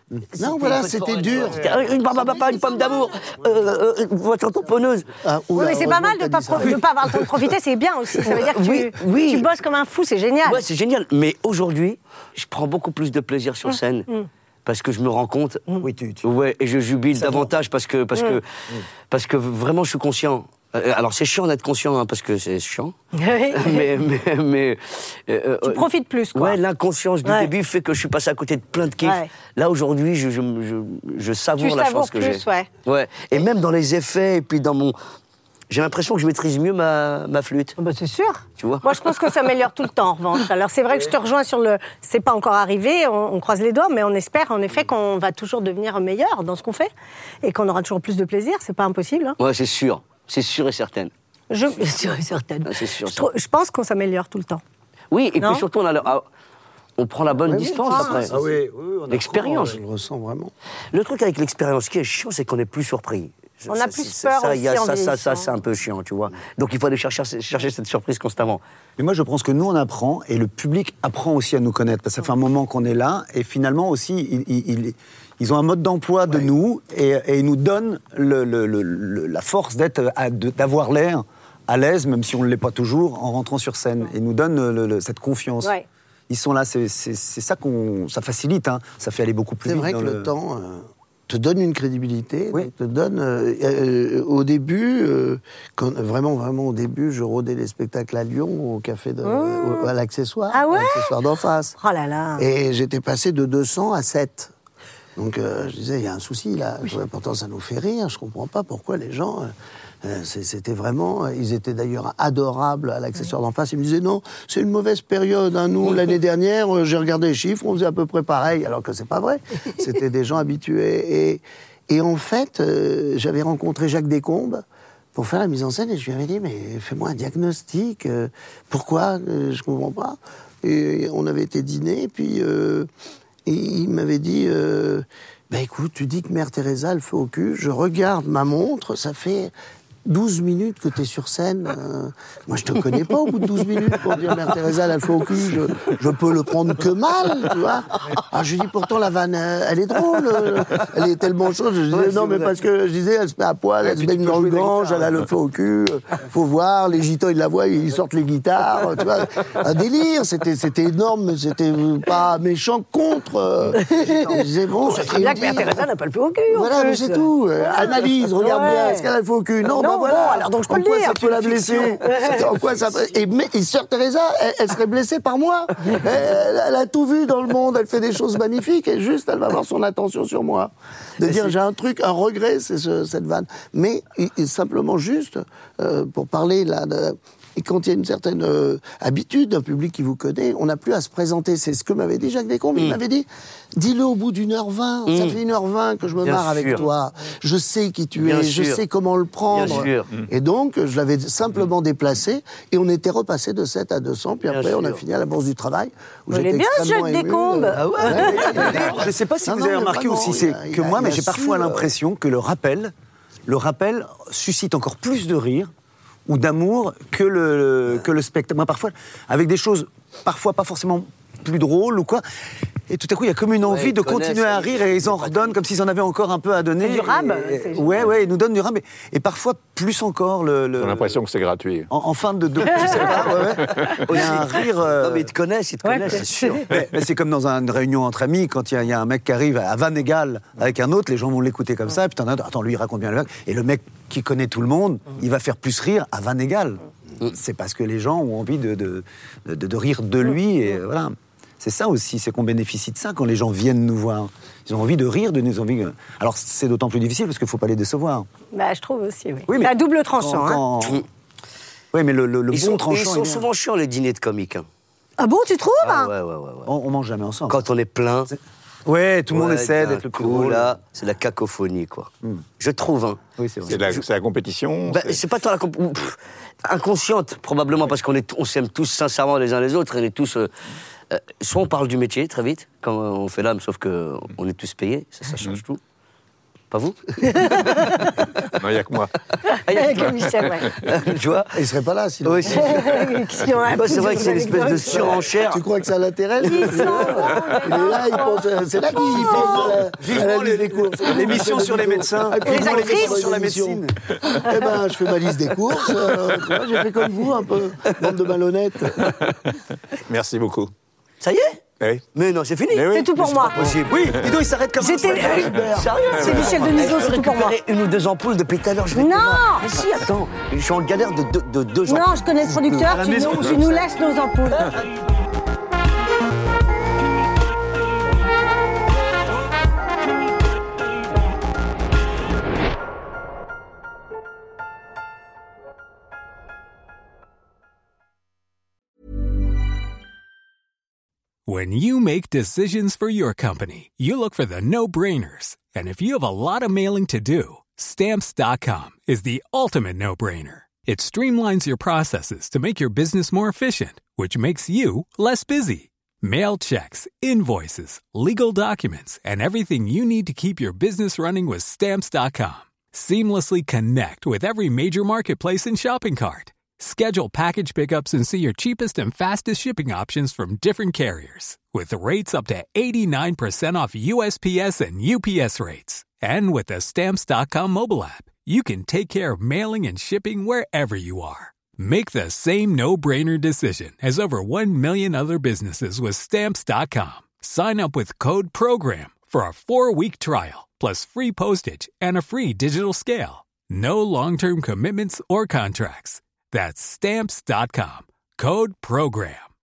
[SPEAKER 7] Non, voilà, c'était dur.
[SPEAKER 6] Une papa, une pomme d'amour, euh, euh, une voiture tamponneuse.
[SPEAKER 7] Ah,
[SPEAKER 4] Oui,
[SPEAKER 7] oula,
[SPEAKER 4] mais c'est pas mal de
[SPEAKER 7] heureusement
[SPEAKER 4] ne
[SPEAKER 7] que
[SPEAKER 4] pas,
[SPEAKER 7] t'as dit
[SPEAKER 4] pro- de pas avoir le temps de profiter, c'est bien aussi. Ça veut dire que tu,
[SPEAKER 6] Oui, oui.
[SPEAKER 4] tu bosses comme un fou, c'est génial.
[SPEAKER 6] Ouais, c'est génial. Mais aujourd'hui, je prends beaucoup plus de plaisir sur scène. Parce que je me rends compte.
[SPEAKER 5] Oui, tu. tu...
[SPEAKER 6] Ouais, et je jubile
[SPEAKER 5] Ça
[SPEAKER 6] davantage parce que, parce, que, parce que vraiment je suis conscient. Euh, Alors c'est chiant d'être conscient, hein, parce que c'est chiant. mais. mais, mais euh,
[SPEAKER 4] Tu
[SPEAKER 6] euh,
[SPEAKER 4] profites plus, quoi.
[SPEAKER 6] Ouais, l'inconscience du
[SPEAKER 4] Ouais.
[SPEAKER 6] début fait que je suis passé à côté de plein de kiffs.
[SPEAKER 4] Ouais.
[SPEAKER 6] Là, aujourd'hui, je, je, je, je savoure
[SPEAKER 4] Tu
[SPEAKER 6] la
[SPEAKER 4] savoures
[SPEAKER 6] chance que j'ai.
[SPEAKER 4] plus, ouais.
[SPEAKER 6] Ouais. Et même dans les effets, et puis dans mon. J'ai l'impression que je maîtrise mieux ma, ma flûte.
[SPEAKER 4] Bah, c'est sûr.
[SPEAKER 6] Tu vois.
[SPEAKER 4] Moi, je pense que ça améliore tout le temps, en revanche. Alors, c'est vrai que je te rejoins sur le. C'est pas encore arrivé, on, on croise les doigts, mais on espère, en effet, qu'on va toujours devenir meilleur dans ce qu'on fait et qu'on aura toujours plus de plaisir. C'est pas impossible. Hein.
[SPEAKER 6] Ouais, c'est sûr. C'est sûr et certain.
[SPEAKER 4] Je suis sûre et certaine.
[SPEAKER 6] Ah, c'est sûr,
[SPEAKER 4] Je, trou- je pense qu'on s'améliore tout le temps.
[SPEAKER 6] Oui, et
[SPEAKER 4] Non
[SPEAKER 6] puis surtout, on, a le- ah, on prend la bonne
[SPEAKER 7] Oui, oui,
[SPEAKER 6] distance
[SPEAKER 7] ah,
[SPEAKER 6] après.
[SPEAKER 5] Ah oui, oui, on
[SPEAKER 6] L'expérience.
[SPEAKER 7] Je le ressens vraiment.
[SPEAKER 6] Le truc avec l'expérience qui est chiant, c'est qu'on n'est plus surpris.
[SPEAKER 4] On a
[SPEAKER 6] Ça,
[SPEAKER 4] plus
[SPEAKER 6] c'est-
[SPEAKER 4] peur
[SPEAKER 6] ça, il y a
[SPEAKER 4] aussi en
[SPEAKER 6] ça, ça, ça,
[SPEAKER 4] vieillissant.
[SPEAKER 6] c'est un peu chiant, tu vois. Donc il faut aller chercher, chercher cette surprise constamment.
[SPEAKER 5] Mais moi, je pense que nous, on apprend, et le public apprend aussi à nous connaître, parce que ça fait un moment qu'on est là, et finalement aussi, ils, ils- ils- ils ont un mode d'emploi de nous, et, et ils nous donnent le- le- le- le- la force d'être, à- de- d'avoir l'air à l'aise, même si on ne l'est pas toujours, en rentrant sur scène, et ils nous donnent le- le- cette confiance.
[SPEAKER 4] Ouais.
[SPEAKER 5] Ils sont là, c'est, c'est- c'est ça qu'on, ça facilite, hein. Ça fait aller beaucoup plus
[SPEAKER 7] C'est
[SPEAKER 5] vite.
[SPEAKER 7] vrai que
[SPEAKER 5] dans
[SPEAKER 7] le, temps euh, te donne une crédibilité,
[SPEAKER 5] Oui.
[SPEAKER 7] te donne... euh, euh, au début, euh, quand, vraiment, vraiment au début, je rôdais les spectacles à Lyon, au café de... au- à l'accessoire,
[SPEAKER 4] Ah ouais
[SPEAKER 7] à l'accessoire d'en face.
[SPEAKER 4] Oh là là.
[SPEAKER 7] Et j'étais passé de deux cents à sept. Donc euh, je disais, il y a un souci là. Pourtant, ça nous fait rire. Je comprends pas pourquoi les gens. euh, euh, c'est- C'était vraiment. Ils étaient d'ailleurs adorables à l'accessoire d'en face. Ils me disaient, non, c'est une mauvaise période. Hein. Nous, l'année dernière, euh, j'ai regardé les chiffres, on faisait à peu près pareil. Alors que c'est pas vrai. C'était des gens habitués. Et, et en fait, euh, j'avais rencontré Jacques Descombes pour faire la mise en scène et je lui avais dit, mais fais-moi un diagnostic. euh, pourquoi euh, Je comprends pas. Et on avait été dîner, et puis. Euh, Et il m'avait dit, euh, bah écoute, tu dis que Mère Teresa, elle fait au cul. Je regarde ma montre, ça fait douze minutes que tu es sur scène. Euh, moi, je te connais pas au bout de douze minutes pour dire Mère Teresa, elle fait au cul. Je, je peux le prendre que mal, tu vois. Ah, je lui dis, pourtant, la vanne, euh, elle est drôle. euh, Elle est tellement chaude. Je disais, non, mais parce que je disais, elle se met à poil, elle se baigne dans le gange, elle a le feu au cul. euh, Faut voir, les gitans, ils la voient, ils sortent les guitares. Tu vois, un délire. C'était, c'était énorme, mais c'était pas méchant contre. euh, Je disais, bon, c'est
[SPEAKER 4] Très bien que Mère Teresa n'a pas le feu au cul. en
[SPEAKER 7] voilà, mais
[SPEAKER 4] plus.
[SPEAKER 7] c'est tout. Euh, analyse, regarde
[SPEAKER 4] Ouais.
[SPEAKER 7] bien. Est-ce qu'elle a le faux cul? Non,
[SPEAKER 4] Non,
[SPEAKER 7] bah voilà.
[SPEAKER 4] bon, alors donc je peux
[SPEAKER 7] en
[SPEAKER 4] le
[SPEAKER 7] quoi
[SPEAKER 4] dire,
[SPEAKER 7] ça
[SPEAKER 4] c'est
[SPEAKER 7] peut la
[SPEAKER 4] une
[SPEAKER 7] blesser?
[SPEAKER 4] fiction.
[SPEAKER 7] En quoi ça peut... Et, mais, et Sœur Teresa, elle, elle serait blessée par moi. Elle, elle a tout vu dans le monde. Elle fait des choses magnifiques et juste, elle va avoir son attention sur moi. De dire, j'ai un truc, un regret, c'est ce- cette vanne. Mais et, et simplement juste, euh, pour parler là de... Et quand il y a une certaine euh, habitude d'un public qui vous connaît, on n'a plus à se présenter. C'est ce que m'avait dit Jacques Descombes. Il m'avait dit, dis-le au bout d'une heure vingt. Ça fait une heure vingt que je me
[SPEAKER 6] Bien
[SPEAKER 7] marre avec
[SPEAKER 6] sûr.
[SPEAKER 7] toi. Je sais qui tu
[SPEAKER 6] Bien
[SPEAKER 7] es, je
[SPEAKER 6] sûr.
[SPEAKER 7] sais comment le prendre.
[SPEAKER 6] Bien sûr.
[SPEAKER 7] Et donc, je l'avais simplement déplacé et on était repassé de sept à deux cents. Puis
[SPEAKER 6] Bien
[SPEAKER 7] après, on a
[SPEAKER 6] sûr.
[SPEAKER 7] fini à la Bourse du Travail. Où
[SPEAKER 4] Il est
[SPEAKER 7] j'étais
[SPEAKER 4] bien, ce
[SPEAKER 7] extrêmement
[SPEAKER 4] Jacques
[SPEAKER 7] ému.
[SPEAKER 4] Descombes.
[SPEAKER 7] Ah ouais.
[SPEAKER 5] Je ne sais pas si
[SPEAKER 7] Non,
[SPEAKER 5] vous
[SPEAKER 7] non,
[SPEAKER 5] avez
[SPEAKER 7] mais
[SPEAKER 5] remarqué
[SPEAKER 7] vraiment,
[SPEAKER 5] aussi,
[SPEAKER 7] il
[SPEAKER 5] c'est
[SPEAKER 7] a- il
[SPEAKER 5] que
[SPEAKER 7] a-
[SPEAKER 5] moi,
[SPEAKER 7] il
[SPEAKER 5] mais
[SPEAKER 7] a
[SPEAKER 5] j'ai
[SPEAKER 7] su,
[SPEAKER 5] parfois
[SPEAKER 7] euh,
[SPEAKER 5] l'impression que le rappel, le rappel suscite encore plus de rire ou d'amour que le, que le spectacle. Moi, parfois, avec des choses, parfois pas forcément plus drôles ou quoi. Et tout à coup, il y a comme une envie
[SPEAKER 6] ils
[SPEAKER 5] de
[SPEAKER 6] connaissent,
[SPEAKER 5] continuer à
[SPEAKER 6] ils-
[SPEAKER 5] rire et ils en redonnent comme s'ils en avaient encore un peu à donner.
[SPEAKER 4] C'est du rab,
[SPEAKER 5] Et-
[SPEAKER 4] c'est
[SPEAKER 5] et-
[SPEAKER 4] génial.
[SPEAKER 5] ouais, ouais, ils nous donnent du rab. Et, et parfois, plus encore le. le
[SPEAKER 3] J'ai l'impression que c'est gratuit.
[SPEAKER 5] en, en fin de. de je sais pas, ouais, ouais. Il y a un rire. euh,
[SPEAKER 6] Non, mais ils te connaissent, ils te
[SPEAKER 4] Ouais,
[SPEAKER 6] connaissent, c'est sûr.
[SPEAKER 5] mais, mais c'est comme dans une réunion entre amis, quand il y, a- il y a un mec qui arrive à vanne égale avec un autre, les gens vont l'écouter comme ça, et puis t'en as un, attends, lui il raconte bien le mec, et le mec qui connaît tout le monde, il va faire plus rire à vanne égale. C'est parce que les gens ont envie de, de, de, de rire de lui, et voilà. C'est ça aussi, c'est qu'on bénéficie de ça quand les gens viennent nous voir. Ils ont envie de rire, de nous envie. Alors c'est d'autant plus difficile parce qu'il ne faut pas les décevoir.
[SPEAKER 4] Bah, je trouve aussi, oui.
[SPEAKER 5] Oui, mais
[SPEAKER 4] c'est à double tranchant.
[SPEAKER 5] Quand-
[SPEAKER 4] Hein.
[SPEAKER 5] quand- Oui, mais le, le, le
[SPEAKER 6] Ils
[SPEAKER 5] bon
[SPEAKER 6] sont,
[SPEAKER 5] tranchant.
[SPEAKER 6] ils sont
[SPEAKER 5] est bien.
[SPEAKER 6] souvent chiants, les dîners de comiques. hein.
[SPEAKER 4] Ah bon, tu trouves
[SPEAKER 6] Ah,
[SPEAKER 4] hein
[SPEAKER 6] ouais, ouais, ouais, ouais.
[SPEAKER 5] On, on mange jamais ensemble.
[SPEAKER 6] Quand on est plein,
[SPEAKER 5] Ouais, tout le monde
[SPEAKER 6] ouais,
[SPEAKER 5] essaie
[SPEAKER 6] d'un
[SPEAKER 5] d'être le plus
[SPEAKER 6] coup,
[SPEAKER 5] drôle.
[SPEAKER 6] là, c'est la cacophonie, quoi. Je trouve, hein.
[SPEAKER 5] Oui, c'est vrai.
[SPEAKER 3] C'est la, c'est la compétition.
[SPEAKER 6] Bah,
[SPEAKER 3] c'est-
[SPEAKER 6] c'est pas tant la comp- pff, inconsciente, probablement, parce qu'on est, on s'aime tous sincèrement les uns les autres. On est tous. euh, euh, soit on parle du métier très vite, comme on fait là, mais sauf qu'on est tous payés, ça, ça change tout. Pas vous?
[SPEAKER 3] Non, il n'y a que moi.
[SPEAKER 6] Ah, y a
[SPEAKER 4] Avec
[SPEAKER 6] que toi.
[SPEAKER 4] Michel, ouais.
[SPEAKER 6] Tu vois?
[SPEAKER 7] Il serait pas là, sinon.
[SPEAKER 6] Oui, c'est
[SPEAKER 4] Qui ont un
[SPEAKER 6] bah, c'est
[SPEAKER 4] peu
[SPEAKER 6] vrai que c'est une espèce de
[SPEAKER 4] anecdotes.
[SPEAKER 6] surenchère.
[SPEAKER 7] Tu crois que ça l'intéresse?
[SPEAKER 4] Ils sont
[SPEAKER 7] Il est là, il pense. euh, C'est là qu'il pense à la-
[SPEAKER 5] Vivement
[SPEAKER 7] à la liste
[SPEAKER 5] les-
[SPEAKER 7] des courses.
[SPEAKER 5] l'émission sur les médecins.
[SPEAKER 7] Ah, puis
[SPEAKER 4] Les
[SPEAKER 7] moi,
[SPEAKER 4] actrices.
[SPEAKER 7] l'émission
[SPEAKER 5] sur la médecine.
[SPEAKER 7] Eh ben, je fais ma liste des courses. euh, tu vois, j'ai fait comme vous, un peu. Bande de malhonnêtes.
[SPEAKER 3] Merci beaucoup.
[SPEAKER 6] Ça y est?
[SPEAKER 3] Oui.
[SPEAKER 6] Mais non, c'est fini.
[SPEAKER 3] Mais oui.
[SPEAKER 4] C'est tout pour moi.
[SPEAKER 6] Possible.
[SPEAKER 5] Oui, Ludo, il s'arrête comme ça.
[SPEAKER 4] J'étais.
[SPEAKER 6] Sérieux?
[SPEAKER 4] C'est Michel Denisot, c'est tout pour moi.
[SPEAKER 6] récupéré une ou deux ampoules depuis tout à l'heure. je vais
[SPEAKER 4] Non.
[SPEAKER 6] te voir. Mais si, attends, je suis en galère de deux, de deux ampoules.
[SPEAKER 4] Non, je connais le producteur,
[SPEAKER 5] À la
[SPEAKER 4] tu,
[SPEAKER 5] maison,
[SPEAKER 4] nous,
[SPEAKER 5] comme
[SPEAKER 4] tu nous
[SPEAKER 5] ça.
[SPEAKER 4] laisses nos ampoules.
[SPEAKER 8] When you make decisions for your company, you look for the no-brainers. And if you have a lot of mailing to do, Stamps dot com is the ultimate no-brainer. It streamlines your processes to make your business more efficient, which makes you less busy. Mail checks, invoices, legal documents, and everything you need to keep your business running with Stamps dot com. Seamlessly connect with every major marketplace and shopping cart. Schedule package pickups and see your cheapest and fastest shipping options from different carriers. With rates up to eighty-nine percent off U S P S and U P S rates. And with the Stamps dot com mobile app, you can take care of mailing and shipping wherever you are. Make the same no-brainer decision as over one million other businesses with Stamps dot com. Sign up with code PROGRAM for a four-week trial, plus free postage and a free digital scale. No long-term commitments or contracts. That's Stamps dot com. Code PROGRAM.